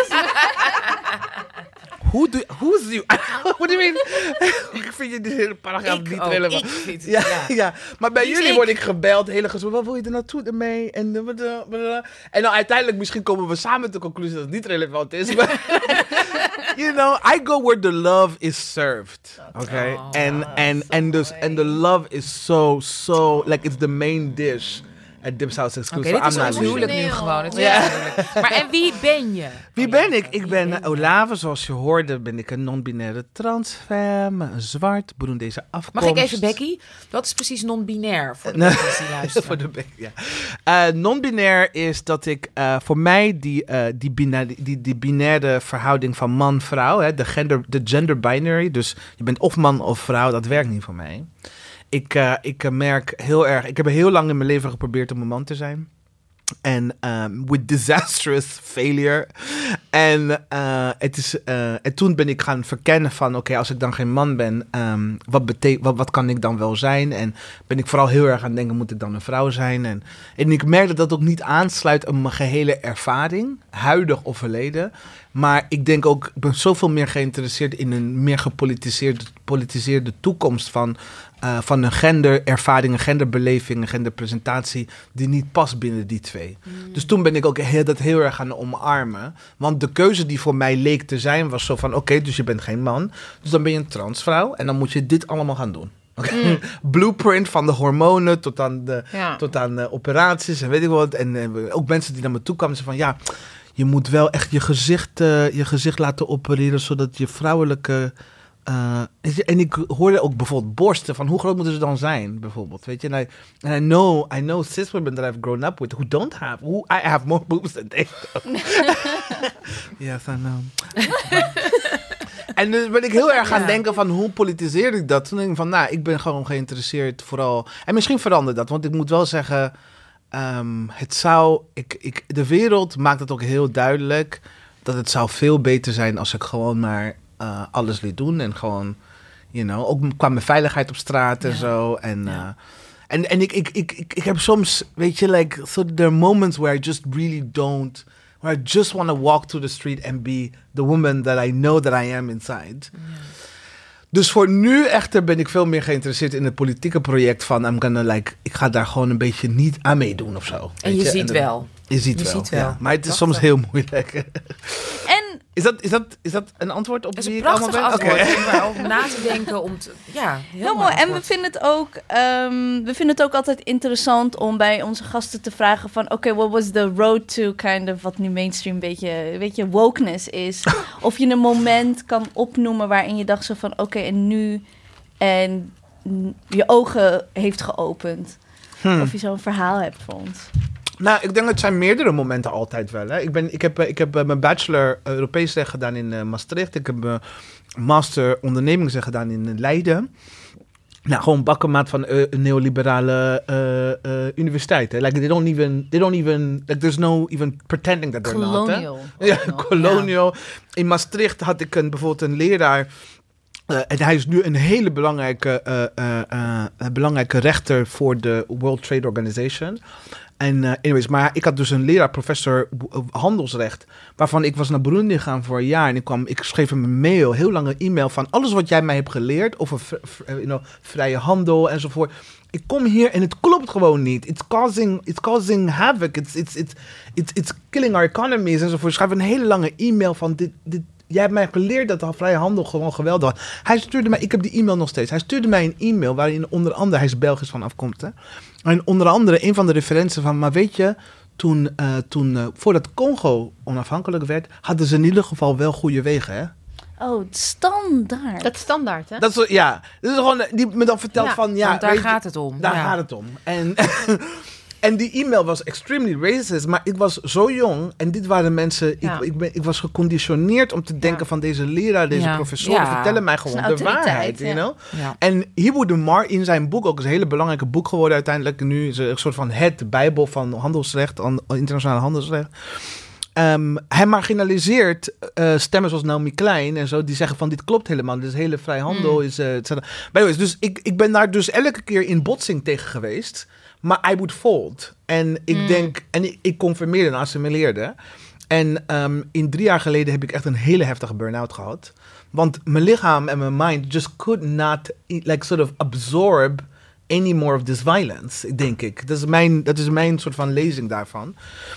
Hoe doe Who's you? What do you mean? Ik vind je die hele paragraaf Ik niet ook. relevant. Ik vind het, Ja, ja. ja, maar bij Wie is jullie ik? word ik gebeld, hele gesprek. Wat wil je er naartoe ermee? En, eh, wat, eh, wat, eh. en dan uiteindelijk misschien komen we samen tot de conclusie dat het niet relevant is. Maar you know, I go where the love is served. Okay? Oh, and and and dus and the love is so so like it's the main dish at Dip's House Oké, Exclusive. dit is I'm not ons leaving. huwelijk nu gewoon. Het is Ja. duidelijk. Maar en wie ben je? Wie Oh, ben ja, ik? Ik wie ben je? Olave, zoals je hoorde, ben ik een non-binaire transfemme, een zwart, Burundese afkomst. Mag ik even, Becky? Dat is precies non-binair voor de Nee. mensen die luisteren. Voor de bek, ja. Eh, non-binair is dat ik eh, voor mij die, eh, die, bina- die, die binaire verhouding van man-vrouw, hè, de, gender, de gender binary, dus je bent of man of vrouw, dat werkt niet voor mij. Ik, eh, ik eh, merk heel erg, ik heb heel lang in mijn leven geprobeerd om een man te zijn. En um, with disastrous failure. En, uh, het is, uh, en toen ben ik gaan verkennen van... oké, als ik dan geen man ben... Um, wat, bete- wat, wat kan ik dan wel zijn? En ben ik vooral heel erg aan het denken... moet ik dan een vrouw zijn? En, en ik merk dat dat ook niet aansluit... op mijn gehele ervaring. Huidig of verleden. Maar ik denk ook... ik ben zoveel meer geïnteresseerd... in een meer gepolitiseerde politiseerde toekomst van... Uh, van een genderervaring, een genderbeleving, een genderpresentatie die niet past binnen die twee. Mm. Dus toen ben ik ook heel, dat heel erg gaan omarmen. Want de keuze die voor mij leek te zijn was zo van... oké, okay, dus je bent geen man, dus dan ben je een transvrouw... en dan moet je dit allemaal gaan doen. Okay? Mm. Blueprint van de hormonen tot aan, de, Ja. tot aan uh, operaties en weet ik wat. En uh, ook mensen die naar me toe kwamen zeiden van... ja, je moet wel echt je gezicht, uh, je gezicht laten opereren... zodat je vrouwelijke... Uh, en ik hoorde ook bijvoorbeeld borsten van hoe groot moeten ze dan zijn, bijvoorbeeld, weet je. En I, and I know, I know cis women that I've grown up with who don't have, who I have more boobs than they do. Yes, I know. En dus ben ik heel erg gaan Ja. denken van hoe politiseer ik dat? Toen denk ik van, nou, ik ben gewoon geïnteresseerd vooral. En misschien verandert dat, want ik moet wel zeggen, um, het zou, ik, ik, de wereld maakt het ook heel duidelijk dat het zou veel beter zijn als ik gewoon maar uh, alles liet doen en gewoon, you know, ook qua mijn veiligheid op straat en Ja. zo. En, Ja. uh, en, en ik, ik, ik, ik, ik heb soms, weet je, like, so there are moments where I just really don't, where I just want to walk through the street and be the woman that I know that I am inside. Ja. Dus voor nu echter ben ik veel meer geïnteresseerd in het politieke project van I'm gonna like, ik ga daar gewoon een beetje niet aan meedoen of zo. En je ziet dan- wel. Je ziet Je wel, ziet wel. ja. Maar het is Dacht soms wel. heel moeilijk. En Is dat, is, dat, is dat een antwoord op Dat is wie een ik allemaal prachtig ben? antwoord Oké. om daarover na te denken. Om te, ja, heel, heel mooi. En we vinden het ook, um, we vinden het ook altijd interessant om bij onze gasten te vragen van, oké, okay, what was the road to kind of wat nu mainstream een beetje, weet je, wokeness is. Of je een moment kan opnoemen waarin je dacht zo van, oké, okay, en nu en je ogen heeft geopend. Hmm. Of je zo'n verhaal hebt voor ons. Nou, ik denk het zijn meerdere momenten altijd wel. Hè. Ik, ben, ik heb, ik heb uh, mijn bachelor uh, Europees recht gedaan in uh, Maastricht. Ik heb mijn master ondernemingsrecht gedaan in uh, Leiden. Nou, gewoon bakkenmaat van uh, een neoliberale uh, uh, universiteit. Hè. Like, they don't even, they don't even, like, there's no even pretending that they're not. Hè. Colonial. Ja, colonial. In Maastricht had ik een, bijvoorbeeld een leraar. Uh, en hij is nu een hele belangrijke, uh, uh, uh, uh, belangrijke rechter voor de World Trade Organization. En uh, anyways, maar ik had dus een leraar, professor uh, handelsrecht, waarvan ik was naar Burundi gegaan voor een jaar. En ik, kwam, ik schreef hem een mail, heel lange e-mail van alles wat jij mij hebt geleerd over v- v- you know, vrije handel enzovoort. Ik kom hier en het klopt gewoon niet. It's causing, it's causing havoc. It's, it's, it's, it's, it's killing our economies enzovoort. Ik schrijf een hele lange e-mail van dit, dit. Jij hebt mij geleerd dat de vrije handel gewoon geweldig was. Hij stuurde mij, ik heb die e-mail nog steeds. Hij stuurde mij een e-mail waarin onder andere, hij is Belgisch van afkomst, hè. En onder andere een van de referenties van, maar weet je, toen, uh, toen uh, voordat Congo onafhankelijk werd, hadden ze in ieder geval wel goede wegen, hè. Oh, standaard. Dat is standaard, hè? Dat is, zo- ja, dat is gewoon, die me dan vertelt Ja, van, ja, want daar weet je, gaat het om. daar ja. gaat het om. En, En die e-mail was extremely racist, maar ik was zo jong en dit waren mensen, Ja. ik, ik, ben, ik was geconditioneerd om te denken Ja. van deze leraar, deze Ja. professoren Ja. vertellen mij Dat is gewoon een de autoriteit, waarheid, you ja. know? Ja. En Hibo de Mar in zijn boek, ook is een hele belangrijke boek geworden uiteindelijk, nu is het een soort van het bijbel van handelsrecht, an- internationaal handelsrecht. Um, hij marginaliseert uh, stemmen zoals Naomi Klein en zo, die zeggen van dit klopt helemaal, dit is hele vrijhandel. Mm. Is, uh, et cetera. Anyways, dus ik, ik ben daar dus elke keer in botsing tegen geweest, maar I would fold. En ik Mm. denk, en ik, ik conformeerde en assimileerde. En um, in drie jaar geleden heb ik echt een hele heftige burn-out gehad. Want mijn lichaam en mijn mind just could not, like, sort of absorb any more of this violence, denk ik. Dat is mijn, dat is mijn soort van lezing daarvan.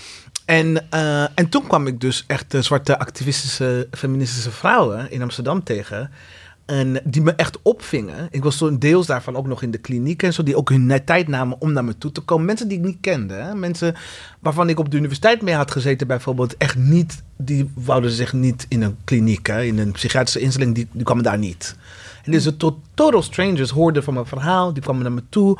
En, uh, en toen kwam ik dus echt uh, zwarte activistische, feministische vrouwen in Amsterdam tegen. En die me echt opvingen. Ik was toen deels daarvan ook nog in de kliniek en zo. Die ook hun tijd namen om naar me toe te komen. Mensen die ik niet kende. Hè? Mensen waarvan ik op de universiteit mee had gezeten bijvoorbeeld. Echt niet, die wouden zich niet in een kliniek, hè? In een psychiatrische instelling. Die, die kwamen daar niet. En dus de to- total strangers hoorden van mijn verhaal. Die kwamen naar me toe.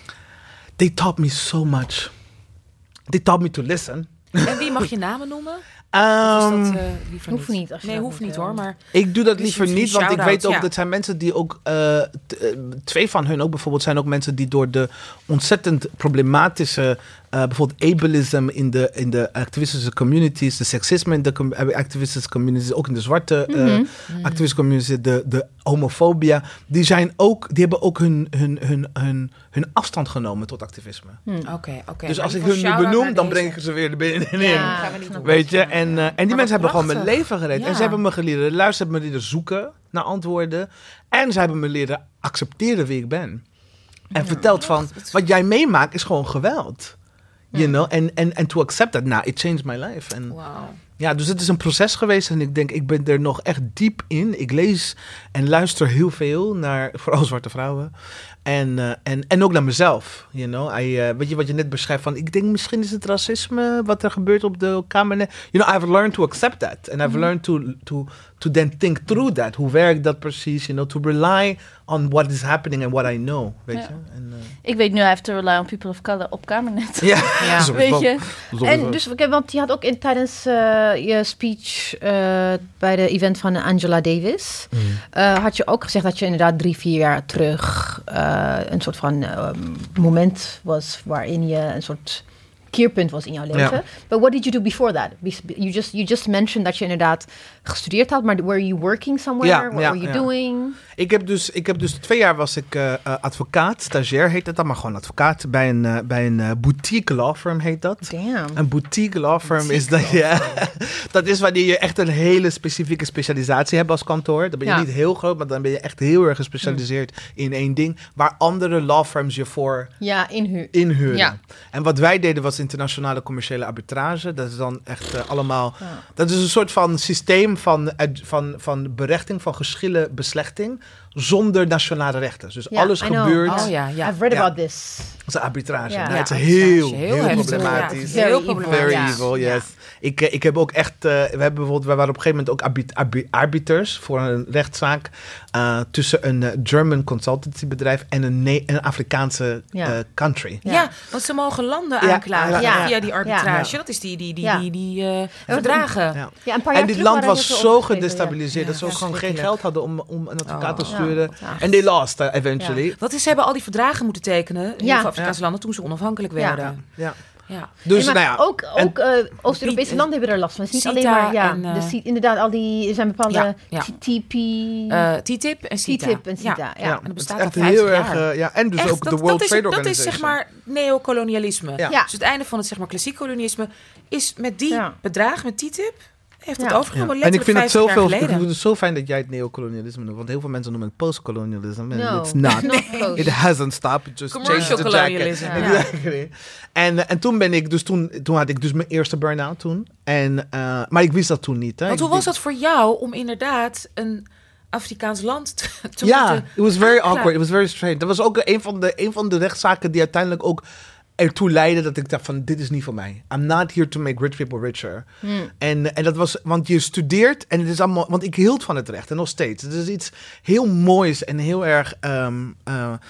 They taught me so much. They taught me to listen. En wie mag je namen noemen? Um, Of is dat, uh, liever Hoeft niet, als je Nee, dat hoeft niet niet wil. hoor, maar... Ik doe dat Dus liever misschien niet, want ik shout-out, weet ook, ja. dat zijn mensen die ook, uh, t- uh, twee van hun ook bijvoorbeeld, zijn ook mensen die door de ontzettend problematische, uh, bijvoorbeeld ableism in de, in de activistische communities, de seksisme in de com- uh, activistische communities, ook in de zwarte uh, Mhm. activistische communities, de, de homofobia, die zijn ook, die hebben ook hun, hun, hun, hun, hun afstand genomen tot activisme. Oké, oké. Dus maar als in ik ieder hun geval nu shout-out benoem, naar dan deze. breng ik ze weer er binnenin. Ja, gaan we niet snap doen. ik. Weet je, en, uh, en die wat mensen hebben gewoon mijn prachtig. leven gered. Ja. En ze hebben me geleerd luisteren, hebben me leren zoeken naar antwoorden. En ze hebben me leren accepteren wie ik ben. En verteld van, wat jij meemaakt is gewoon geweld. You know, en en en to accept that, nou, it changed my life. En Wauw. ja, dus het is een proces geweest en ik denk, ik ben er nog echt diep in. Ik lees en luister heel veel naar, vooral zwarte vrouwen. En, uh, en, en ook naar mezelf, you know. I, uh, weet je wat je net beschrijft van, ik denk misschien is het racisme wat er gebeurt op de kamer. You know, I've learned to accept that. And I've Mm-hmm. learned to, to, to then think through that. Hoe werkt dat precies, you know, to rely on what is happening and what I know, weet Ja. je. En, uh, Ik weet nu, I have to rely on people of color op Kamernet. ja, Ja. sowieso. Weet je? Sowieso. En dus, oké, want je had ook in, tijdens uh, je speech uh, bij de event van Angela Davis, Mm. uh, had je ook gezegd dat je inderdaad drie, vier jaar terug uh, een soort van um, moment was waarin je een soort keerpunt was in jouw leven. Ja. But what did you do before that? You just, you just mentioned dat je inderdaad gestudeerd had, maar were you working somewhere? Ja, What ja, were you ja. doing? Ik heb dus, ik heb dus twee jaar was ik uh, uh, advocaat, stagiair heet het dan, maar gewoon advocaat bij een, uh, bij een uh, boutique law firm heet dat. Damn. Een boutique law firm is dat, ja, dat is wanneer je echt een hele specifieke specialisatie hebt als kantoor. Dan ben je Ja. niet heel groot, maar dan ben je echt heel erg gespecialiseerd in één ding, waar andere law firms je voor Ja, inhuur. inhuren. Ja. En wat wij deden was internationale commerciële arbitrage. Dat is dan echt uh, allemaal... Ja. Dat is een soort van systeem van, uit- van, van berechting, van geschillenbeslechting, zonder nationale rechten. Dus Ja, alles I know. gebeurt Oh ja, ja. I've read Ja. about this. als arbitrage. Ja. Nou, Ja, het is arbitrage. heel, Heel heel, heftig. problematisch. Ja, Very heel evil. problematisch. Very Ja. evil, yes. Ja. Ik, eh, ik heb ook echt... uh, we hebben bijvoorbeeld... We waren op een gegeven moment ook arbit, arbi- arbiters voor een rechtszaak uh, tussen een uh, German consultancybedrijf en een, ne- een Afrikaanse Ja. uh, country. Ja. Ja. want ze mogen landen Ja, aanklagen ja, via die arbitrage. ja. Dat is die, die, die, Ja. die, die uh, verdragen. Ja. Ja, een paar jaar En dit terug land waren was heel veel zo opgeschreven, ja. gedestabiliseerd Ja, dat ze ook ja, gewoon geen verschrikkelijk. geld hadden om, om een advocaat te Oh. sturen. Ja. En they lost uh, eventually. Wat is, ze hebben al die verdragen moeten tekenen in Ja. heel veel Afrikaanse landen toen ze onafhankelijk Ja. werden. Ja. Ja. Dus Nee, maar nou ja. ook, ook uh, Oost-Europese en- landen hebben er last van. Het is niet CETA alleen maar, ja, en, uh, de C- inderdaad, al die, er zijn bepaalde Ja, ja. T T P... Uh, T T I P en CETA. T T I P en CETA, ja. En dat het bestaat is al echt vijftig heel jaar. erg. uh, ja, en dus Echt, ook de dat, World dat, is, Trade dat is Organization. zeg maar neocolonialisme. Ja. Ja. Dus het einde van het zeg maar klassiek kolonialisme is met die Ja. bedragen, met T T I P, heeft het Ja. overgenomen Ja. En ik letterlijk vind het vijftig zoveel. jaar Ik geleden. vind het zo fijn dat jij het neocolonialisme noemt, want heel veel mensen noemen het postcolonialisme. En No, it's not. not post. It hasn't stopped. It just Commercial changed the jacket. colonialism. Ja. Exactly. En, uh, en toen ben ik dus toen, toen had ik dus mijn eerste burn-out toen. En, uh, maar ik wist dat toen niet. Hè. Want Ik hoe was denk- dat voor jou om inderdaad een Afrikaans land te, te Ja, moeten it was very aanklagen? awkward. It was very strange. Dat was ook een van de, een van de rechtszaken die uiteindelijk ook ertoe leidde dat ik dacht van, dit is niet voor mij. I'm not here to make rich people richer. Hmm. En, en dat was, want je studeert en het is allemaal, want ik hield van het recht en nog steeds. Het is iets heel moois en heel erg, um, uh,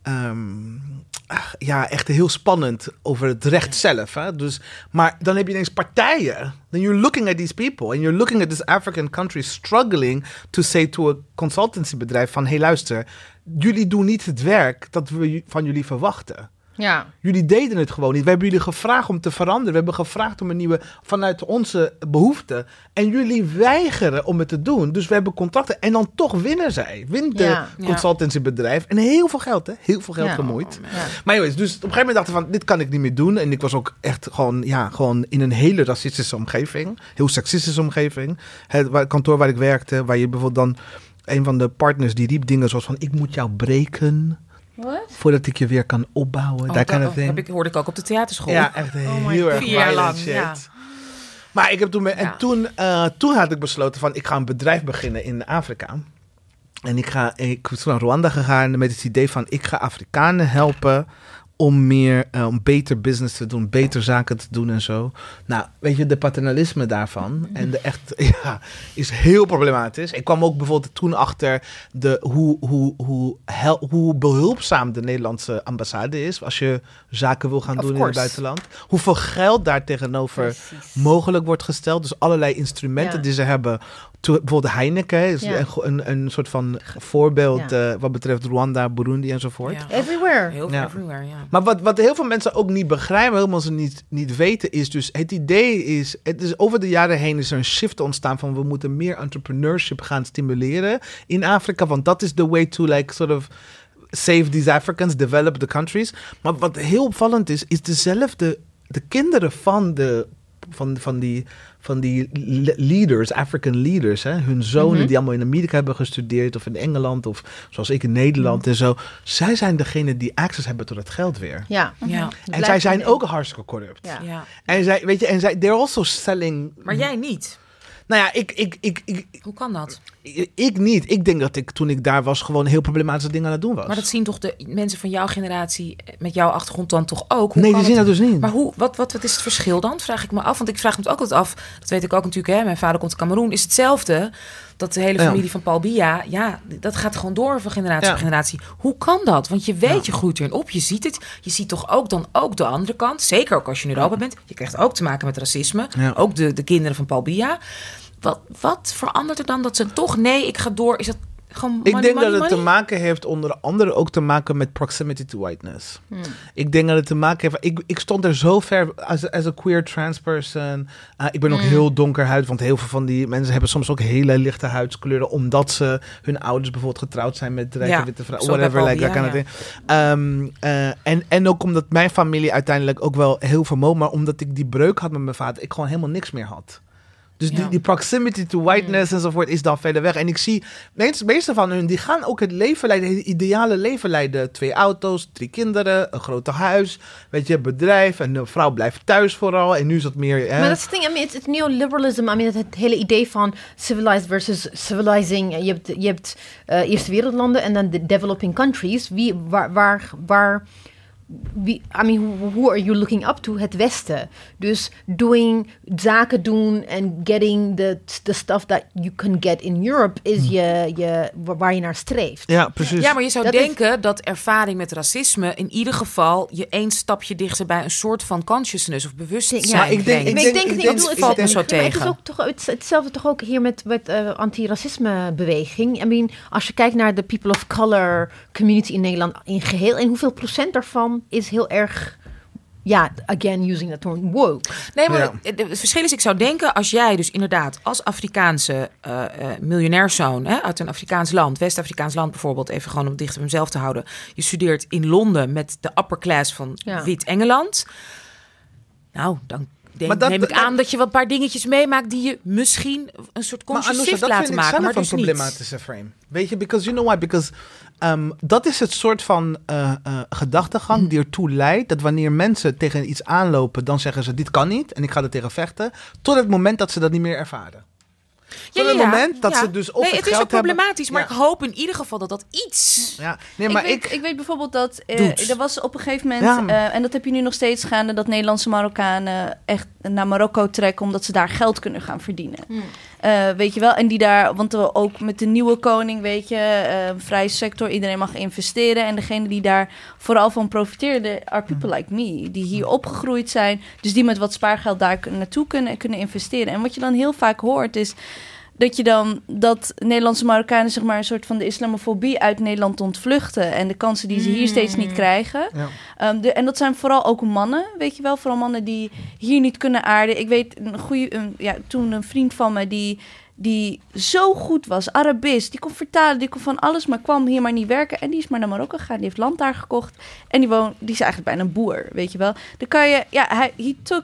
Um, ach, ja, echt heel spannend over het recht zelf. Hè? Dus, maar dan heb je ineens partijen. Then you're looking at these people. And you're looking at this African country struggling to say to a consultancybedrijf van... hey, luister, jullie doen niet het werk dat we van jullie verwachten. Ja. Jullie deden het gewoon niet. We hebben jullie gevraagd om te veranderen. We hebben gevraagd om een nieuwe... vanuit onze behoeften. En jullie weigeren om het te doen. Dus we hebben contracten. En dan toch winnen zij. Wint de Ja. consultancybedrijf. En heel veel geld, hè. Heel veel geld Ja. gemoeid. Ja. Maar jongens, dus op een gegeven moment dacht ik van... dit kan ik niet meer doen. En ik was ook echt gewoon... ja, gewoon in een hele racistische omgeving. Heel seksistische omgeving. Het waar- kantoor waar ik werkte. Waar je bijvoorbeeld dan... een van de partners die riep dingen zoals van... ik moet jou breken... What? voordat ik je weer kan opbouwen. Oh, That dat kind of oh, thing. heb ik, hoorde ik ook op de theaterschool. Ja, echt Oh my heel God. erg Vier jaar violent lang, shit. ja. Maar ik heb toen... me- En Ja. toen, uh, toen had ik besloten van... ik ga een bedrijf beginnen in Afrika. En ik, ga, ik was naar Rwanda gegaan met het idee van... ik ga Afrikanen helpen... om meer, uh, om beter business te doen, beter zaken te doen en zo. Nou, weet je, de paternalisme daarvan en de echt, ja, is heel problematisch. Ik kwam ook bijvoorbeeld toen achter de, hoe, hoe, hoe, hel, hoe behulpzaam de Nederlandse ambassade is als je zaken wil gaan Of doen in course. het buitenland. Hoeveel geld daar tegenover Precies. mogelijk wordt gesteld. Dus allerlei instrumenten Ja. die ze hebben. Toen, bijvoorbeeld Heineken is Ja. een, een, een soort van voorbeeld Ja. uh, wat betreft Rwanda, Burundi enzovoort. Ja. Everywhere. Heel Ja. everywhere, ja. Maar wat, wat heel veel mensen ook niet begrijpen, helemaal ze niet, niet weten, is dus het idee is, het is over de jaren heen is er een shift ontstaan van we moeten meer entrepreneurship gaan stimuleren in Afrika, want dat is the way to like sort of save these Africans, develop the countries. Maar wat heel opvallend is, is dezelfde, de kinderen van de van, van die, van die le- leaders, African leaders, hè, hun zonen Mhm. die allemaal in Amerika hebben gestudeerd of in Engeland of zoals ik in Nederland en zo. Zij zijn degene die access hebben tot het geld weer. Ja. Ja. Het En blijft zij zijn een- ook hartstikke corrupt. Ja. Ja. En zij, weet je, en zij, they're also selling. Maar jij niet. Nou ja, ik, ik, ik, ik, Hoe kan dat? ik, ik niet. Ik denk dat ik toen ik daar was gewoon heel problematische dingen aan het doen was. Maar dat zien toch de mensen van jouw generatie met jouw achtergrond dan toch ook? Hoe nee, kan die zien het- dat dus niet. Maar hoe, wat, wat, wat is het verschil dan? Vraag ik me af. Want ik vraag me het ook altijd af. Dat weet ik ook natuurlijk. Hè? Mijn vader komt uit Kameroen. Is hetzelfde. Dat de hele Ja. familie van Paul Biya. Ja, dat gaat gewoon door van generatie Ja. op generatie. Hoe kan dat? Want je weet, Ja. je groeit erin op. Je ziet het. Je ziet toch ook dan ook de andere kant. Zeker ook als je in Europa bent. Je krijgt ook te maken met racisme. Ja. Ook de, de kinderen van Paul Biya. Wat, wat verandert er dan dat ze toch... Nee, ik ga door. Is dat gewoon Ik money, denk money, dat het te money? maken heeft onder andere ook te maken met proximity to whiteness. Hmm. Ik denk dat het te maken heeft... Ik, ik stond er zo ver als as a queer trans person. Uh, ik ben ook Hmm. heel donkerhuid, want heel veel van die mensen hebben soms ook hele lichte huidskleuren, omdat ze hun ouders bijvoorbeeld getrouwd zijn met rijke Ja, witte vrouwen. zo bij Whatever, Paul like that Biya, kind of thing. Um, uh, en, en ook omdat mijn familie uiteindelijk ook wel heel vermogen, maar omdat ik die breuk had met mijn vader, ik gewoon helemaal niks meer had. Dus Ja. die, die proximity to whiteness enzovoort is dan verder weg. En ik zie, de meeste van hun, die gaan ook het leven leiden, het ideale leven leiden. Twee auto's, drie kinderen, een groot huis, weet je, bedrijf. En de vrouw blijft thuis vooral. En nu is het meer... Eh, Maar dat is het ding, I mean, het, het neoliberalism, I mean, het, het hele idee van civilized versus civilizing. Je hebt, je hebt uh, eerste wereldlanden en dan de developing countries. Wie, waar, waar, waar wie, I mean, who, who are you looking up to? Het Westen. Dus doing, zaken doen en getting the, the stuff that you can get in Europe is je, je, waar je naar streeft. ja, precies. Ja, maar je zou Dat is- denken dat ervaring met racisme in ieder geval je één stapje dichter bij een soort van consciousness of bewustzijn Ja, maar ik denk- brengt. Maar ik ik denk, ik ik denk- bedoel, ik het, valt me het- zo maar het is tegen. ook toch het, hetzelfde toch ook hier met, met uh, anti-racisme-beweging. I mean, als je kijkt naar de people of color community in Nederland in geheel, en hoeveel procent daarvan is heel erg, ja, again using that term, woke. Nee, maar Ja. het, het verschil is, ik zou denken, als jij dus inderdaad als Afrikaanse uh, uh, miljonairszoon hè, uit een Afrikaans land, West-Afrikaans land bijvoorbeeld, even gewoon om het dicht bij mezelf te houden, je studeert in Londen met de upper class van Ja. Wit-Engeland. Nou, dan denk, Maar dat- neem ik dat- aan dat je wat paar dingetjes meemaakt die je misschien een soort Maar conscious Anousha, shift dat laten vind ik maken, zelf maar een dus niet. problematische frame. Weet je, because you know why? Because um, dat is het soort van uh, uh, gedachtegang Mm. die ertoe leidt dat wanneer mensen tegen iets aanlopen, dan zeggen ze dit kan niet en ik ga er tegen vechten, tot het moment dat ze dat niet meer ervaren. Tot ja, het ja, moment dat ja. ze dus of nee, het, het is geld ook problematisch, hebben. maar Ja. ik hoop in ieder geval dat dat iets... Ja, nee, maar ik, weet, ik... ik weet bijvoorbeeld dat uh, Dudes. er was op een gegeven moment, Ja. uh, en dat heb je nu nog steeds gaande, dat Nederlandse Marokkanen echt naar Marokko trekken omdat ze daar geld kunnen gaan verdienen. Hmm. Uh, weet je wel, en die daar, want we ook met de nieuwe koning, weet je, uh, vrije sector, iedereen mag investeren. En degene die daar vooral van profiteerden, are people like me, die hier opgegroeid zijn, dus die met wat spaargeld daar naartoe kunnen, kunnen investeren. En wat je dan heel vaak hoort is dat je dan dat Nederlandse Marokkanen zeg maar een soort van de islamofobie uit Nederland ontvluchten en de kansen die ze hier steeds niet krijgen. Ja. Um, de, en dat zijn vooral ook mannen, weet je wel, vooral mannen die hier niet kunnen aarden. Ik weet een goede, een, ja, toen een vriend van me die die zo goed was, Arabisch, die kon vertalen, die kon van alles, maar kwam hier maar niet werken en die is maar naar Marokko gegaan, die heeft land daar gekocht en die woont, die is eigenlijk bijna een boer, weet je wel. Dan kan je, ja, hij he took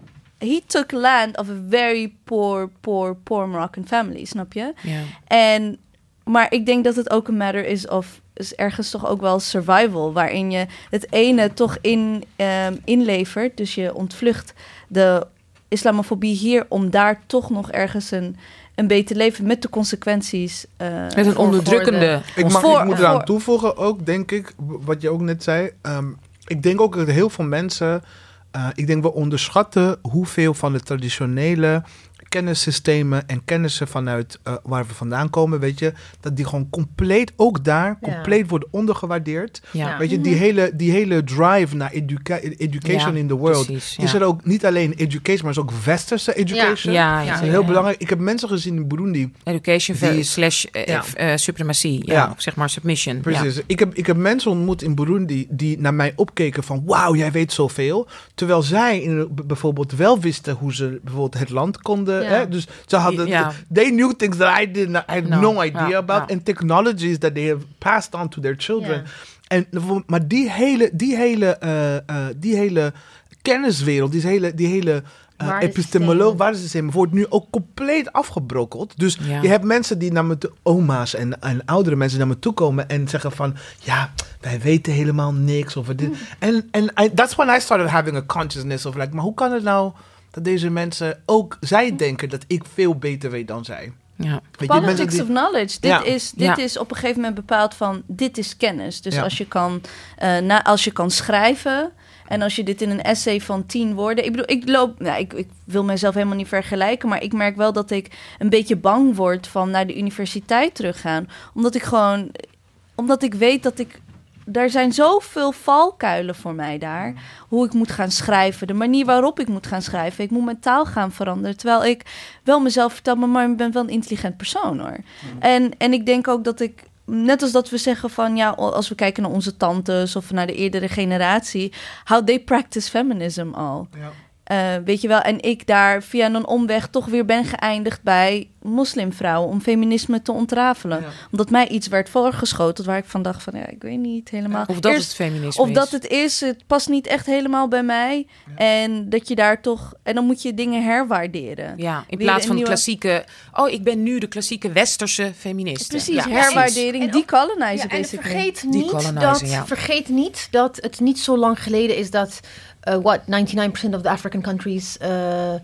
He took land of a very poor, poor, poor Moroccan family, snap je? Ja. En, maar ik denk dat het ook een matter is of is ergens toch ook wel survival, waarin je het ene toch in, um, inlevert, dus je ontvlucht de islamofobie hier om daar toch nog ergens een, een beter leven met de consequenties. Uh, Met een onderdrukkende... Ik, mag, Voor- ik moet eraan voor- toevoegen ook, denk ik, wat je ook net zei. Um, ik denk ook dat heel veel mensen... Uh, ik denk we onderschatten hoeveel van de traditionele kennissystemen en kennissen vanuit uh, waar we vandaan komen, weet je, dat die gewoon compleet, ook daar, Ja. compleet worden ondergewaardeerd. Ja. Ja. Weet je, die hele, die hele drive naar educa- education Ja, in the world, precies, is ja. er ook niet alleen education, maar is ook westerse education. Ja, Ja, ja, Dat is ja, heel ja. belangrijk. Ik heb mensen gezien in Burundi. Education Die- slash uh, Ja. uh, suprematie. Ja, Ja. Of zeg maar submission. Precies. Ik, heb, ik heb mensen ontmoet in Burundi die naar mij opkeken van wauw, jij weet zoveel. Terwijl zij in, b- bijvoorbeeld wel wisten hoe ze bijvoorbeeld het land konden. Ja. Hè? Dus ze hadden, Ja. they knew things that I didn't, I had No. no idea Ja, about. ja. And technologies that they have passed on to their children. Ja. En, maar die hele, die hele, uh, uh, die hele kenniswereld, die hele, die hele uh, Waardesysteem. epistemoloog, waardesysteem, wordt nu ook compleet afgebrokkeld. Dus Ja. je hebt mensen die naar me toe, oma's en, en oudere mensen naar me toe komen en zeggen van, ja, wij weten helemaal niks over dit. En en I- that's when I started having a consciousness of like, maar hoe kan het nou dat deze mensen ook, zij denken dat ik veel beter weet dan zij? Ja. Weet Politics mensen die- of knowledge. Dit, Ja. is, dit Ja. is op een gegeven moment bepaald van, dit is kennis. Dus Ja. als, je kan, uh, na, als je kan schrijven en als je dit in een essay van tien woorden... Ik bedoel, ik loop... Nou, ik, ik wil mezelf helemaal niet vergelijken, maar ik merk wel dat ik een beetje bang word van naar de universiteit teruggaan. Omdat ik gewoon... Omdat ik weet dat ik... Er zijn zoveel valkuilen voor mij daar. Hoe ik moet gaan schrijven. De manier waarop ik moet gaan schrijven. Ik moet mijn taal gaan veranderen. Terwijl ik wel mezelf vertel, maar ik ben wel een intelligent persoon hoor. En, en ik denk ook dat ik... Net als dat we zeggen van... Ja, als we kijken naar onze tantes of naar de eerdere generatie. How they practice feminism al. Ja. Uh, weet je wel, en ik daar via een omweg toch weer ben geëindigd bij moslimvrouwen om feminisme te ontrafelen. Ja. Omdat mij iets werd voorgeschoteld waar ik van dacht van, ja, ik weet niet helemaal. Of dat Eerst- het feminisme of is. dat het is, het past niet echt helemaal bij mij. En dat je daar toch, en dan moet je dingen herwaarderen. Ja, in Weer plaats een van de nieuwe- klassieke... Oh, ik ben nu de klassieke westerse feministe. Precies, Ja, herwaardering, En ook- decolonizen Ja, en basically. vergeet Die niet, colonizen, dat, ja. vergeet niet dat het niet zo lang geleden is dat uh, what ninety-nine percent of the African countries uh,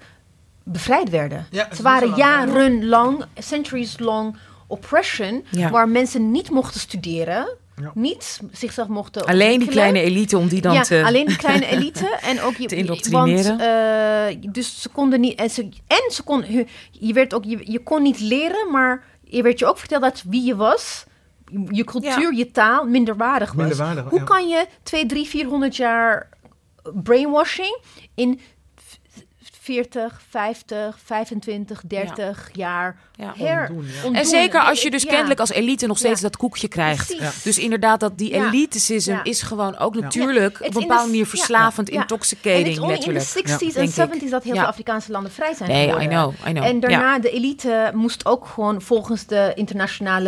bevrijd werden. Ja, het is Ze niet waren zo lang, hè? jarenlang, centuries long oppression, Ja. waar mensen niet mochten studeren, Ja. niet zichzelf mochten Alleen die ontwikkelen. kleine elite om die dan ja, te... alleen die kleine elite en ook je te indoctrineren. Want, uh, dus ze konden niet en ze en ze kon je werd ook je, je kon niet leren, maar je werd je ook verteld dat wie je was, je cultuur, Ja. je taal minderwaardig was. Minderwaardig, Hoe ja. kan je twee, drie, vierhonderd jaar brainwashing in veertig, vijftig, vijfentwintig, dertig jaar Ja. her Ontdoen, ja. ontdoen? En zeker als je dus Ja. kennelijk als elite nog steeds Ja. dat koekje krijgt. Precies. Ja. Dus inderdaad, dat die Ja. elitism Ja. is gewoon ook Ja. natuurlijk Ja, op it's een in bepaalde the- manier ja. verslavend, Ja. En intoxicating it's only letterlijk. in de zesties denk en ik. zeventies dat heel Ja. veel Afrikaanse landen vrij zijn Nee, I geworden. know, I know. En daarna Ja. de elite moest ook gewoon volgens de internationale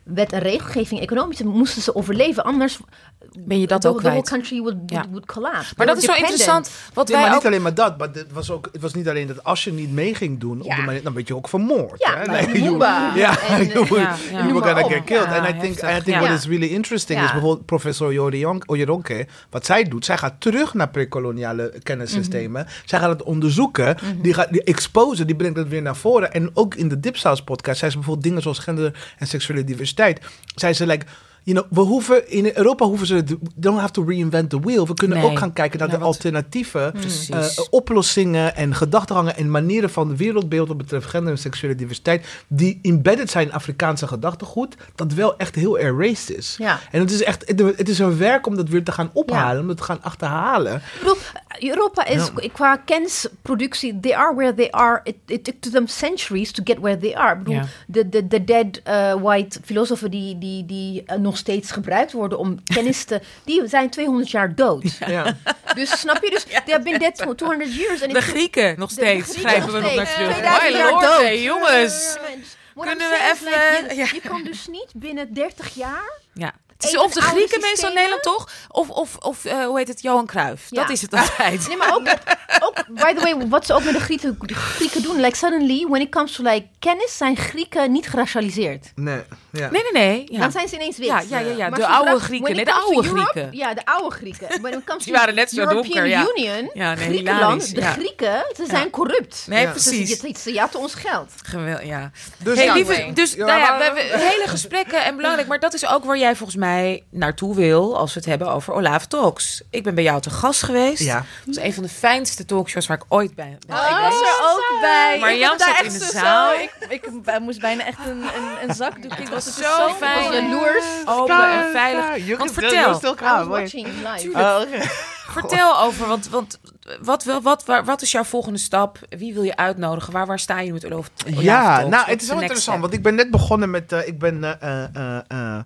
wet en regelgeving, economisch, moesten ze overleven. Anders ben je dat the, ook the kwijt. whole country would, would, Ja. would collapse. Maar dat is zo Dependent. interessant. Wat Nee, wij maar ook... niet alleen maar dat, maar het was, ook, het was niet alleen dat als je niet mee ging doen, op Ja. de manier, dan werd je ook vermoord. Ja, hè? maar you- Lumumba Ja, en, you were- ja, ja. you were gonna get killed. Ja, And I think, heftig. I think Ja. what is really interesting Ja. is bijvoorbeeld professor Oyeronke, wat zij doet, zij gaat terug naar prekoloniale kennissystemen. Mhm. Zij gaat het onderzoeken, die gaat die exposen, die brengt het weer naar voren. En ook in de Dipsaus podcast zei ze bijvoorbeeld dingen zoals gender en seksuele diversiteit. Zei ze, like, you know, we hoeven, in Europa hoeven ze, they don't have to reinvent the wheel. We kunnen Nee. ook gaan kijken naar Nee, de wat- alternatieve Precies. uh, oplossingen en gedachtegangen en manieren van de wereldbeeld wat betreft gender en seksuele diversiteit, die embedded zijn in Afrikaanse gedachtegoed, dat wel echt heel erased is. Ja. En het is echt, het is een werk om dat weer te gaan ophalen, Ja. om dat te gaan achterhalen. Ik bedoel, Europa is Ja. qua kennisproductie, they are where they are. It, it took them centuries to get where they are. Ik bedoel, Ja. de, de, de dead uh, white filosofen die, die, die uh, nog steeds gebruikt worden om kennis te... die zijn tweehonderd jaar dood. Ja. Dus snap je? Dus they have been dead for tweehonderd years. And De it took- Grieken nog de steeds. Grieken Grijpen we nog nog naar steeds. terug. tweeduizend My jaar lord, dood. hey, jongens. What Kunnen I'm we saying is, even- like, je, ja. je kan dus niet binnen dertig jaar... Ja. Het is Even of de oude Grieken meestal in systemen. Nederland, toch? Of, of, of uh, hoe heet het, Johan Cruijff. Ja. Dat is het altijd. Nee, maar ook, ook, by the way, wat ze ook met de Grieken, de Grieken doen, like suddenly, when it comes to like kennis, zijn Grieken niet geracialiseerd. Nee. Ja. Nee, nee, nee. Ja. Dan zijn ze ineens wit. Ja, ja, ja, ja. Maar De zodra- oude Grieken. when Nee, it de comes oude to Europe- Grieken. Ja, de oude Grieken. When it comes Die to waren net zo European donker, ja. Union, Ja, nee, Griekenland, hilarisch, de ja. Grieken, ze zijn corrupt. Nee, Ja. precies. Ze, ze jatten ons geld. Geweldig, ja. Dus Hey, ja, lieve, dus Ja, nou ja, maar- we hebben hele gesprekken en belangrijk, maar dat is ook waar jij volgens mij naartoe wil als we het hebben over Olave Talks. Ik ben bij jou te gast geweest. Ja. Dat is een van de fijnste talkshows waar ik ooit bij ben. ik was er ook bij. Maar Ik Jan heb daar zat echt in de zo- zaal. Ik, ik, ik moest bijna echt een, een, een zakdoek. Ik was was zo, zo fijn. fijn. Jaloers. Open en veilig. Want vertel, I was watching live. Oh, oké. vertel over, want, want wat, wil, wat, waar, wat is jouw volgende stap? Wie wil je uitnodigen? Waar, waar sta je nu met Olave Olave Ja, Talks? nou, Wat het is de wel next interessant, step? want ik ben net begonnen met, uh, ik ben, uh, uh, uh,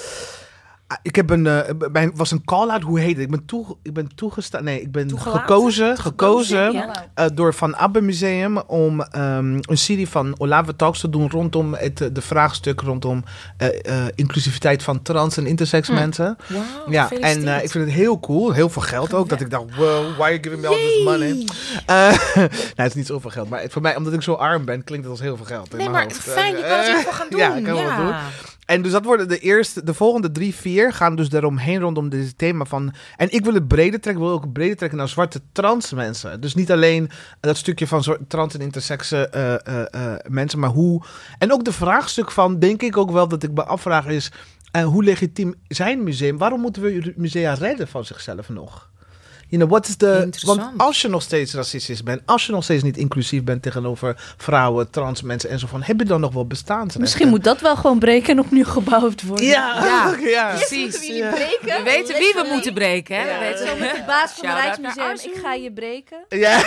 ik heb een, uh, bij, was een call-out, hoe heet het? Ik ben, toe, ik ben toegestaan, nee, ik ben Toegelaten? gekozen, gekozen Ja. uh, door Van Abbe Museum om um, een serie van Olave Talks te doen rondom het, uh, de vraagstuk rondom uh, uh, inclusiviteit van trans en intersex Hm. mensen. Wauw, Ja, gefeliciteerd. en uh, ik vind het heel cool, heel veel geld ook, dat ik dacht, wow, why are you giving me all this money? Uh, nou, het is niet zoveel geld, maar voor mij, omdat ik zo arm ben, klinkt het als heel veel geld. in Nee, mijn maar hoofd. fijn, je kan het Uh, hiervoor gaan doen. Ja, ik kan wel wat doen. En dus dat worden de eerste, de volgende drie, vier gaan dus daaromheen rondom dit thema van. En ik wil het breder trekken, ik wil ook breder trekken naar zwarte trans mensen. Dus niet alleen dat stukje van zwarte trans en intersexe uh, uh, uh, mensen, maar hoe. En ook de vraagstuk van, denk ik ook wel dat ik me afvraag is, uh, hoe legitiem zijn museum? Waarom moeten we musea redden van zichzelf nog? You know, what is the, Interessant. want als je nog steeds racistisch bent, als je nog steeds niet inclusief bent tegenover vrouwen, trans mensen en zo van, heb je dan nog wel bestaansrechten? Misschien moet dat wel gewoon breken en opnieuw gebouwd worden. Ja, Ja. ja. Precies. Moeten we jullie Ja. breken? We weten wie we Literally. moeten breken, hè? Ja. We weten Zo met de baas van het Shout-out naar Rijksmuseum. Arzu. Ik ga je breken. Ja.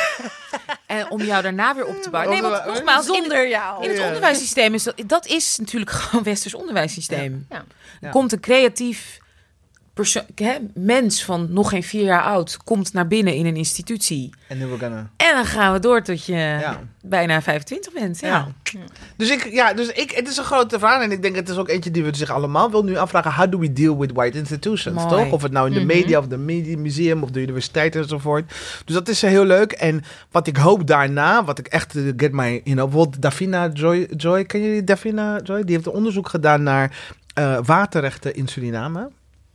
En om jou daarna weer op te bouwen. Nee, want Over- nogmaals, in, Zonder jou. in het Ja. onderwijssysteem is dat, dat is natuurlijk gewoon westers onderwijssysteem. Ja. Er komt een creatief perso- hè, mens van nog geen vier jaar oud, komt naar binnen in een institutie. En nu we gonna. En dan gaan we door tot je Ja. bijna vijfentwintig bent. Ja. Ja. Dus ik, ja, dus ik, het is een grote vraag en ik denk het is ook eentje die we zich allemaal wil nu afvragen. How do we deal with white institutions, Mooi. toch? Of het nou in de Mhm. media of de media museum of de universiteit enzovoort. Dus dat is uh, heel leuk. En wat ik hoop daarna, wat ik echt uh, get my, you know, bijvoorbeeld Davina Joy, Joy, ken jullie Davina Joy? Die heeft een onderzoek gedaan naar uh, waterrechten in Suriname.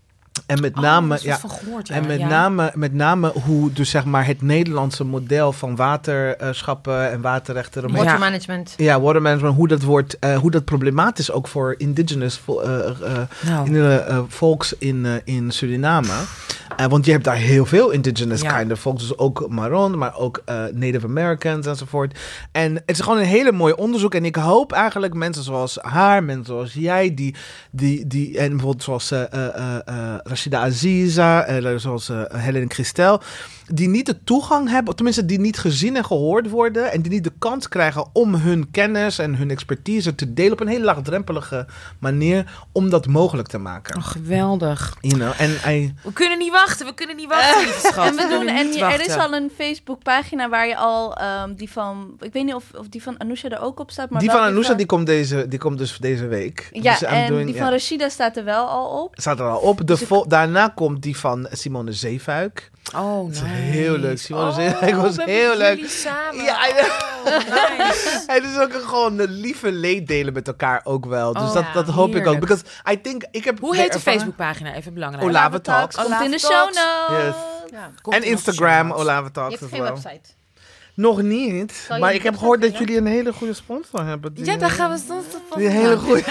En met Oh, name, daar is wat ja, van gehoord, ja. en met, Ja. name, met name hoe dus zeg maar het Nederlandse model van waterschappen en waterrechten eromheen. Water Ja. management. Ja, water management, hoe dat wordt, uh, hoe dat problematisch ook voor indigenous vo- uh, uh, Nou. in, uh, uh, volks in, uh, in Suriname. Uh, want je hebt daar heel veel indigenous Ja. kind of volks, dus ook Maron, maar ook uh, Native Americans enzovoort. En het is gewoon een hele mooi onderzoek. En ik hoop eigenlijk mensen zoals haar, mensen zoals jij, die, die, die en bijvoorbeeld zoals uh, uh, uh, Rashida Aziza, uh, zoals uh, Helen Christel, die niet de toegang hebben, tenminste die niet gezien en gehoord worden en die niet de kans krijgen om hun kennis en hun expertise te delen op een hele laagdrempelige manier om dat mogelijk te maken. Oh, geweldig. You know, en I... We kunnen niet wachten, we kunnen niet wachten, lieve schat. En we doen, kunnen en niet je- er is wachten. al een Facebookpagina waar je al um, die van, ik weet niet of, of die van Anousha er ook op staat, maar Die wel van Anousha die komt, deze, die komt dus deze week. Ja, dus I'm en doing- die ja. van Rashida staat er wel al op. Staat er al op. De Dus ik- vol- daarna komt die van Simone Zeefuik. Oh, Dat is nice. heel leuk. Simone Oh, Zeefuik was we heel hebben leuk. jullie samen. Ja, I know. Oh, nice. Het is ook een, gewoon een lieve leed delen met elkaar ook wel. Dus Oh, dat, ja, dat hoop ik ook. heerlijk. Because I think, ik heb Hoe de heet de ervaring- Facebookpagina? Even belangrijk. Olava Talks. Komt Olava in de Talks. show notes. Yes. Ja. Komt En er nog Instagram, show notes? Olava Je Talks hebt as geen well. website. Nog niet. je Maar een ik heb website gehoord dat vinden? jullie een hele goede sponsor hebben. Die, Ja, daar gaan we soms van. Die hele goede.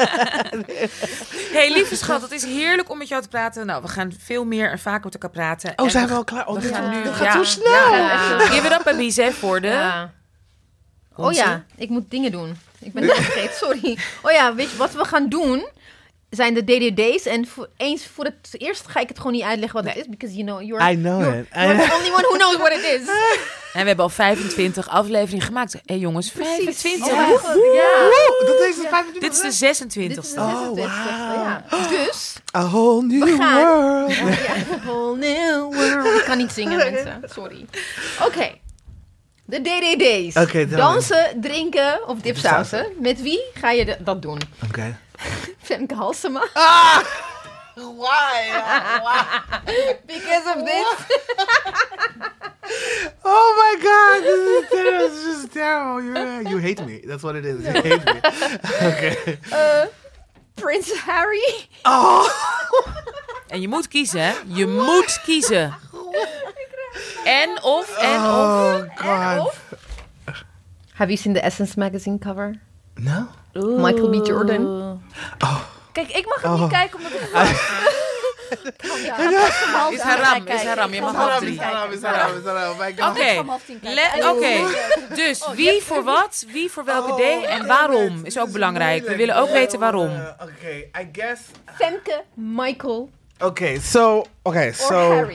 Hey, lieve schat, het is heerlijk om met jou te praten. Nou, we gaan veel meer en vaker met elkaar praten. Oh, En zijn we al klaar? Oh, we dit, gaan nu- dit gaat ja, zo snel. ja. Give it up, baby, hè, voor de... Ja. Oh Onze- ja, ik moet dingen doen. Ik ben het vergeten, sorry. Oh ja, weet je wat we gaan doen? Zijn de D D D's. En voor, eens voor het eerst ga ik het gewoon niet uitleggen wat het is. Because you know, you're, I know you're, it. I you're know. the only one who knows what it is. En we hebben al vijfentwintig afleveringen gemaakt. Hé hey, jongens, vijfentwintig. Oh, mijn god, ja. Woe, dat is de Ja. vijfentwintig. Dit is de Dit is zesentwintigste. de Oh, zesentwintigste, ja. Dus, A whole new We gaan. world. ja, a whole new world. Ik kan niet zingen, mensen. Sorry. Oké. De D D D's. Oké, dan. Dansen, drinken of dipsausen. Met wie ga je de- dat doen? Oké. Femke Halsema. Ah! Why? Because of this. Oh my god, this is terrible. This is just terrible. You, you hate me. That's what it is. You hate me. Okay. Uh, Prins Harry. Oh. En je moet kiezen, hè? Je moet kiezen. En of, en of. Oh god. Have you seen the Essence magazine cover? No? Michael B. Jordan. Oh. Kijk, ik mag het Oh. niet kijken omdat ik... Is haram, is haram. Je mag half drie. Is haram, is haram, is haram. My god. Oké, om half tien kijken. Le- Oh. oké. Dus wie voor wat, wie voor welke day en waarom is ook belangrijk. We willen ook weten waarom. Oké, I guess. Femke, Michael Okay, so okay, or so Harry.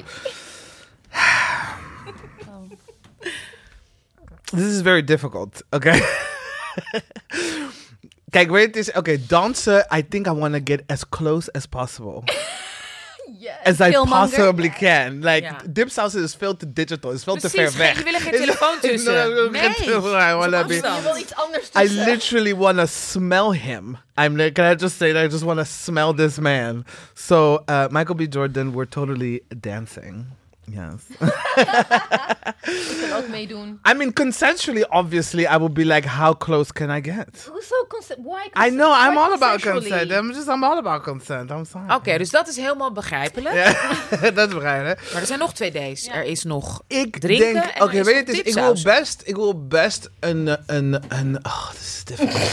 this is very difficult. Okay. Kijk, weet het is, oké, dansen, I think I want to get as close as possible. Yes. As I Killmonger. possibly can. Like, Ja. dipsausen is veel te digital, is veel te Precies, ver weg. geen- je wil er geen telefoon tussen. No, no, no, Nee, geen telefoon. I wanna op be- afstand. Je wil iets anders I tussen. literally want to smell him. I'm like, can I just say that I just want to smell this man? So, uh, Michael B. Jordan, we're totally dancing. Yes. Ik wil ook meedoen. I mean, consensually, obviously, I would be like, how close can I get? Hoezo consent? Why I consent? know, I'm Why all about consensually? consent. I'm just, I'm all about consent. I'm sorry. Oké, dus dat is helemaal begrijpelijk. Ja, dat begrijp ik. Maar er zijn nog twee days. Er is nog Ik drinken denk, en oké, er is weet je, nog het is, ik dipsaus. wil best, ik wil best een, een, een, oh, this is difficult.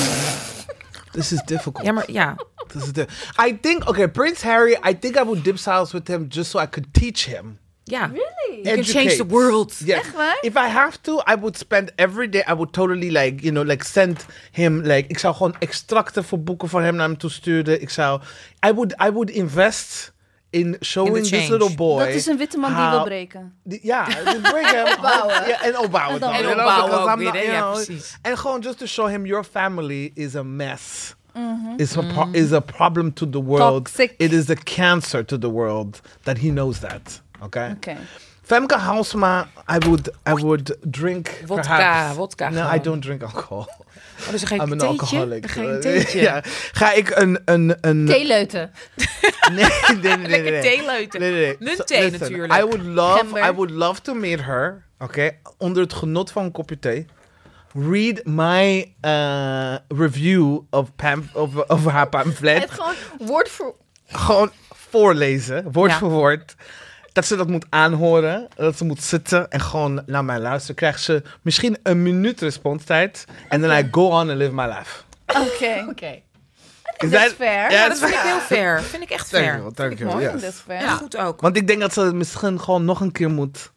This is difficult. Ja, maar ja. This is di- I think, okay, Prince Harry, I think I would dip sauce with him just so I could teach him. Ja. Really? You can change the world. Yes. Echt waar? If I have to, I would spend every day. I would totally like, you know, like send him like. Ik zou gewoon extracten voor boeken voor hem naar hem toe sturen. Ik zou. I would. I would invest in showing In the this change. little boy. Dat is een witte man die how- wil breken. die- Ja, die break hem. Opbouwen. Ja, en opbouwen dan. En you know, opbouwen because ook I'm weer, not, hè? you Ja, know, precies. En gewoon just to show him your family is a mess. Is a pro- is a problem to the world. Toxic. It is a cancer to the world that he knows that. Okay. Oké. Femke Halsema, I would I would drink Wodka, perhaps. wodka No, gewoon. I don't drink alcohol. Oh, dus dan ga je I'm een an theetje? alcoholic. Dan ga je een theetje. Ja. Ga ik een een een Theeleuten. nee, nee, nee, nee, Lekker nee. theeleuten. Nee, nee, nee. Munt So, thee listen, natuurlijk. I would love Gember. I would love to meet her. Oké, onder het genot van een kopje thee. Read my uh, review of pam of, of haar pamflet. Het gewoon woord voor... Gewoon voorlezen, woord Ja. voor woord. Dat ze dat moet aanhoren, dat ze moet zitten en gewoon naar mij luisteren. Krijgt ze misschien een minuut responstijd. En dan I go on and live my life. Oké. Oké. Is Dat is fair. Ja, Ja, dat vind ik heel fair. Vind ik echt fair. Dankjewel, dankjewel. Mooi, yes. dat is fair. Ja, goed ook. Want ik denk dat ze het misschien gewoon nog een keer moet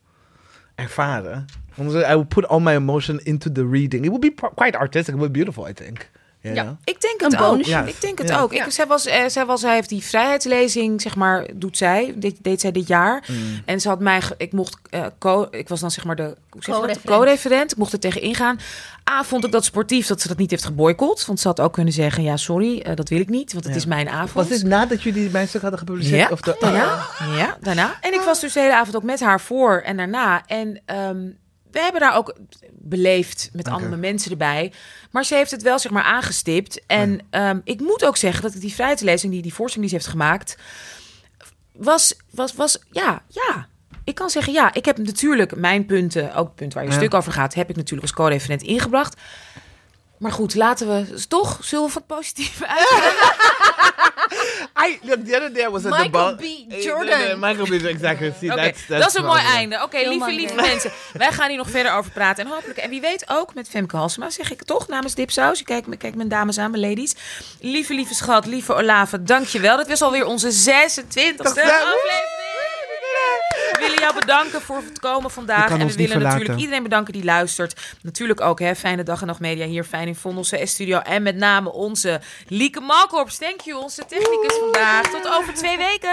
ervaren. Want I will put all my emotion into the reading. It would be pro- quite artistic. It would be beautiful, I think. Ja, Ja. ja. Ik denk het Een ook. bonusje. Ja. Ik denk het Ja. ook. Ik, Ja. zij, was, eh, zij, was, zij heeft die vrijheidslezing, zeg maar, doet zij. Dit, deed zij dit jaar. Mm. En ze had mij... ge- Ik mocht... eh, co, ik was dan zeg maar de... Hoe zeg je dat? Co-referent. Co-referent. Ik mocht er tegen ingaan. A, vond ik dat sportief dat ze dat niet heeft geboycott. Want ze had ook kunnen zeggen... Ja, sorry, eh, dat wil ik niet. Want het Ja. is mijn avond. Was dit nadat jullie mijn stuk hadden gepubliceerd? Ja, Of de, daarna. Ja, daarna. En ik was dus de hele avond ook met haar voor en daarna. En ehm, we hebben daar ook beleefd met Oké. andere mensen erbij. Maar ze heeft het wel zeg maar aangestipt. En ehm, ik moet ook zeggen dat ik die vrijheidslezing, die, die voorstelling die ze heeft gemaakt, was, was, was, ja, ja. Ik kan zeggen, ja, ik heb natuurlijk mijn punten, ook het punt waar je Ja. stuk over gaat, heb ik natuurlijk als co-referent ingebracht. Maar goed, laten we dus toch, zullen we van het positieve uit. I, look, the other day I was at Michael the B. bar. Jordan. Eh, Michael B. Exactly. See, Oké, that's, that's dat is een mooi probably- einde. Oké, Heel lieve, mooi. lieve mensen. Wij gaan hier nog verder over praten. En hopelijk, en wie weet ook met Femke Halsema, zeg ik toch, namens Dipsaus. Ik kijk, ik kijk mijn dames aan, mijn ladies. Lieve, lieve schat, lieve Olave, dankjewel. Dit was alweer onze zesentwintigste Toch, ja. aflevering. We willen jou bedanken voor het komen Je vandaag. kan En we ons niet willen natuurlijk verlaten. iedereen bedanken die luistert. Natuurlijk ook, hè, Fijne Dag en Nacht Media hier, fijn in Vondelse S-studio. En met name onze Lieke Malkorps. Thank you, onze technicus vandaag. Tot over twee weken.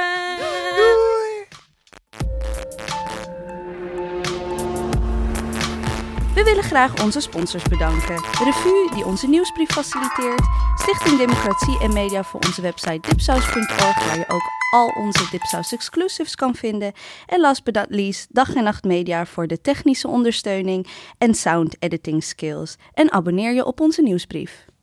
We willen graag onze sponsors bedanken. Revue, die onze nieuwsbrief faciliteert. Stichting Democratie en Media voor onze website dipsaus punt org, waar je ook al onze Dipsaus exclusives kan vinden. En last but not least, Dag en Nacht Media voor de technische ondersteuning en sound editing skills. En abonneer je op onze nieuwsbrief.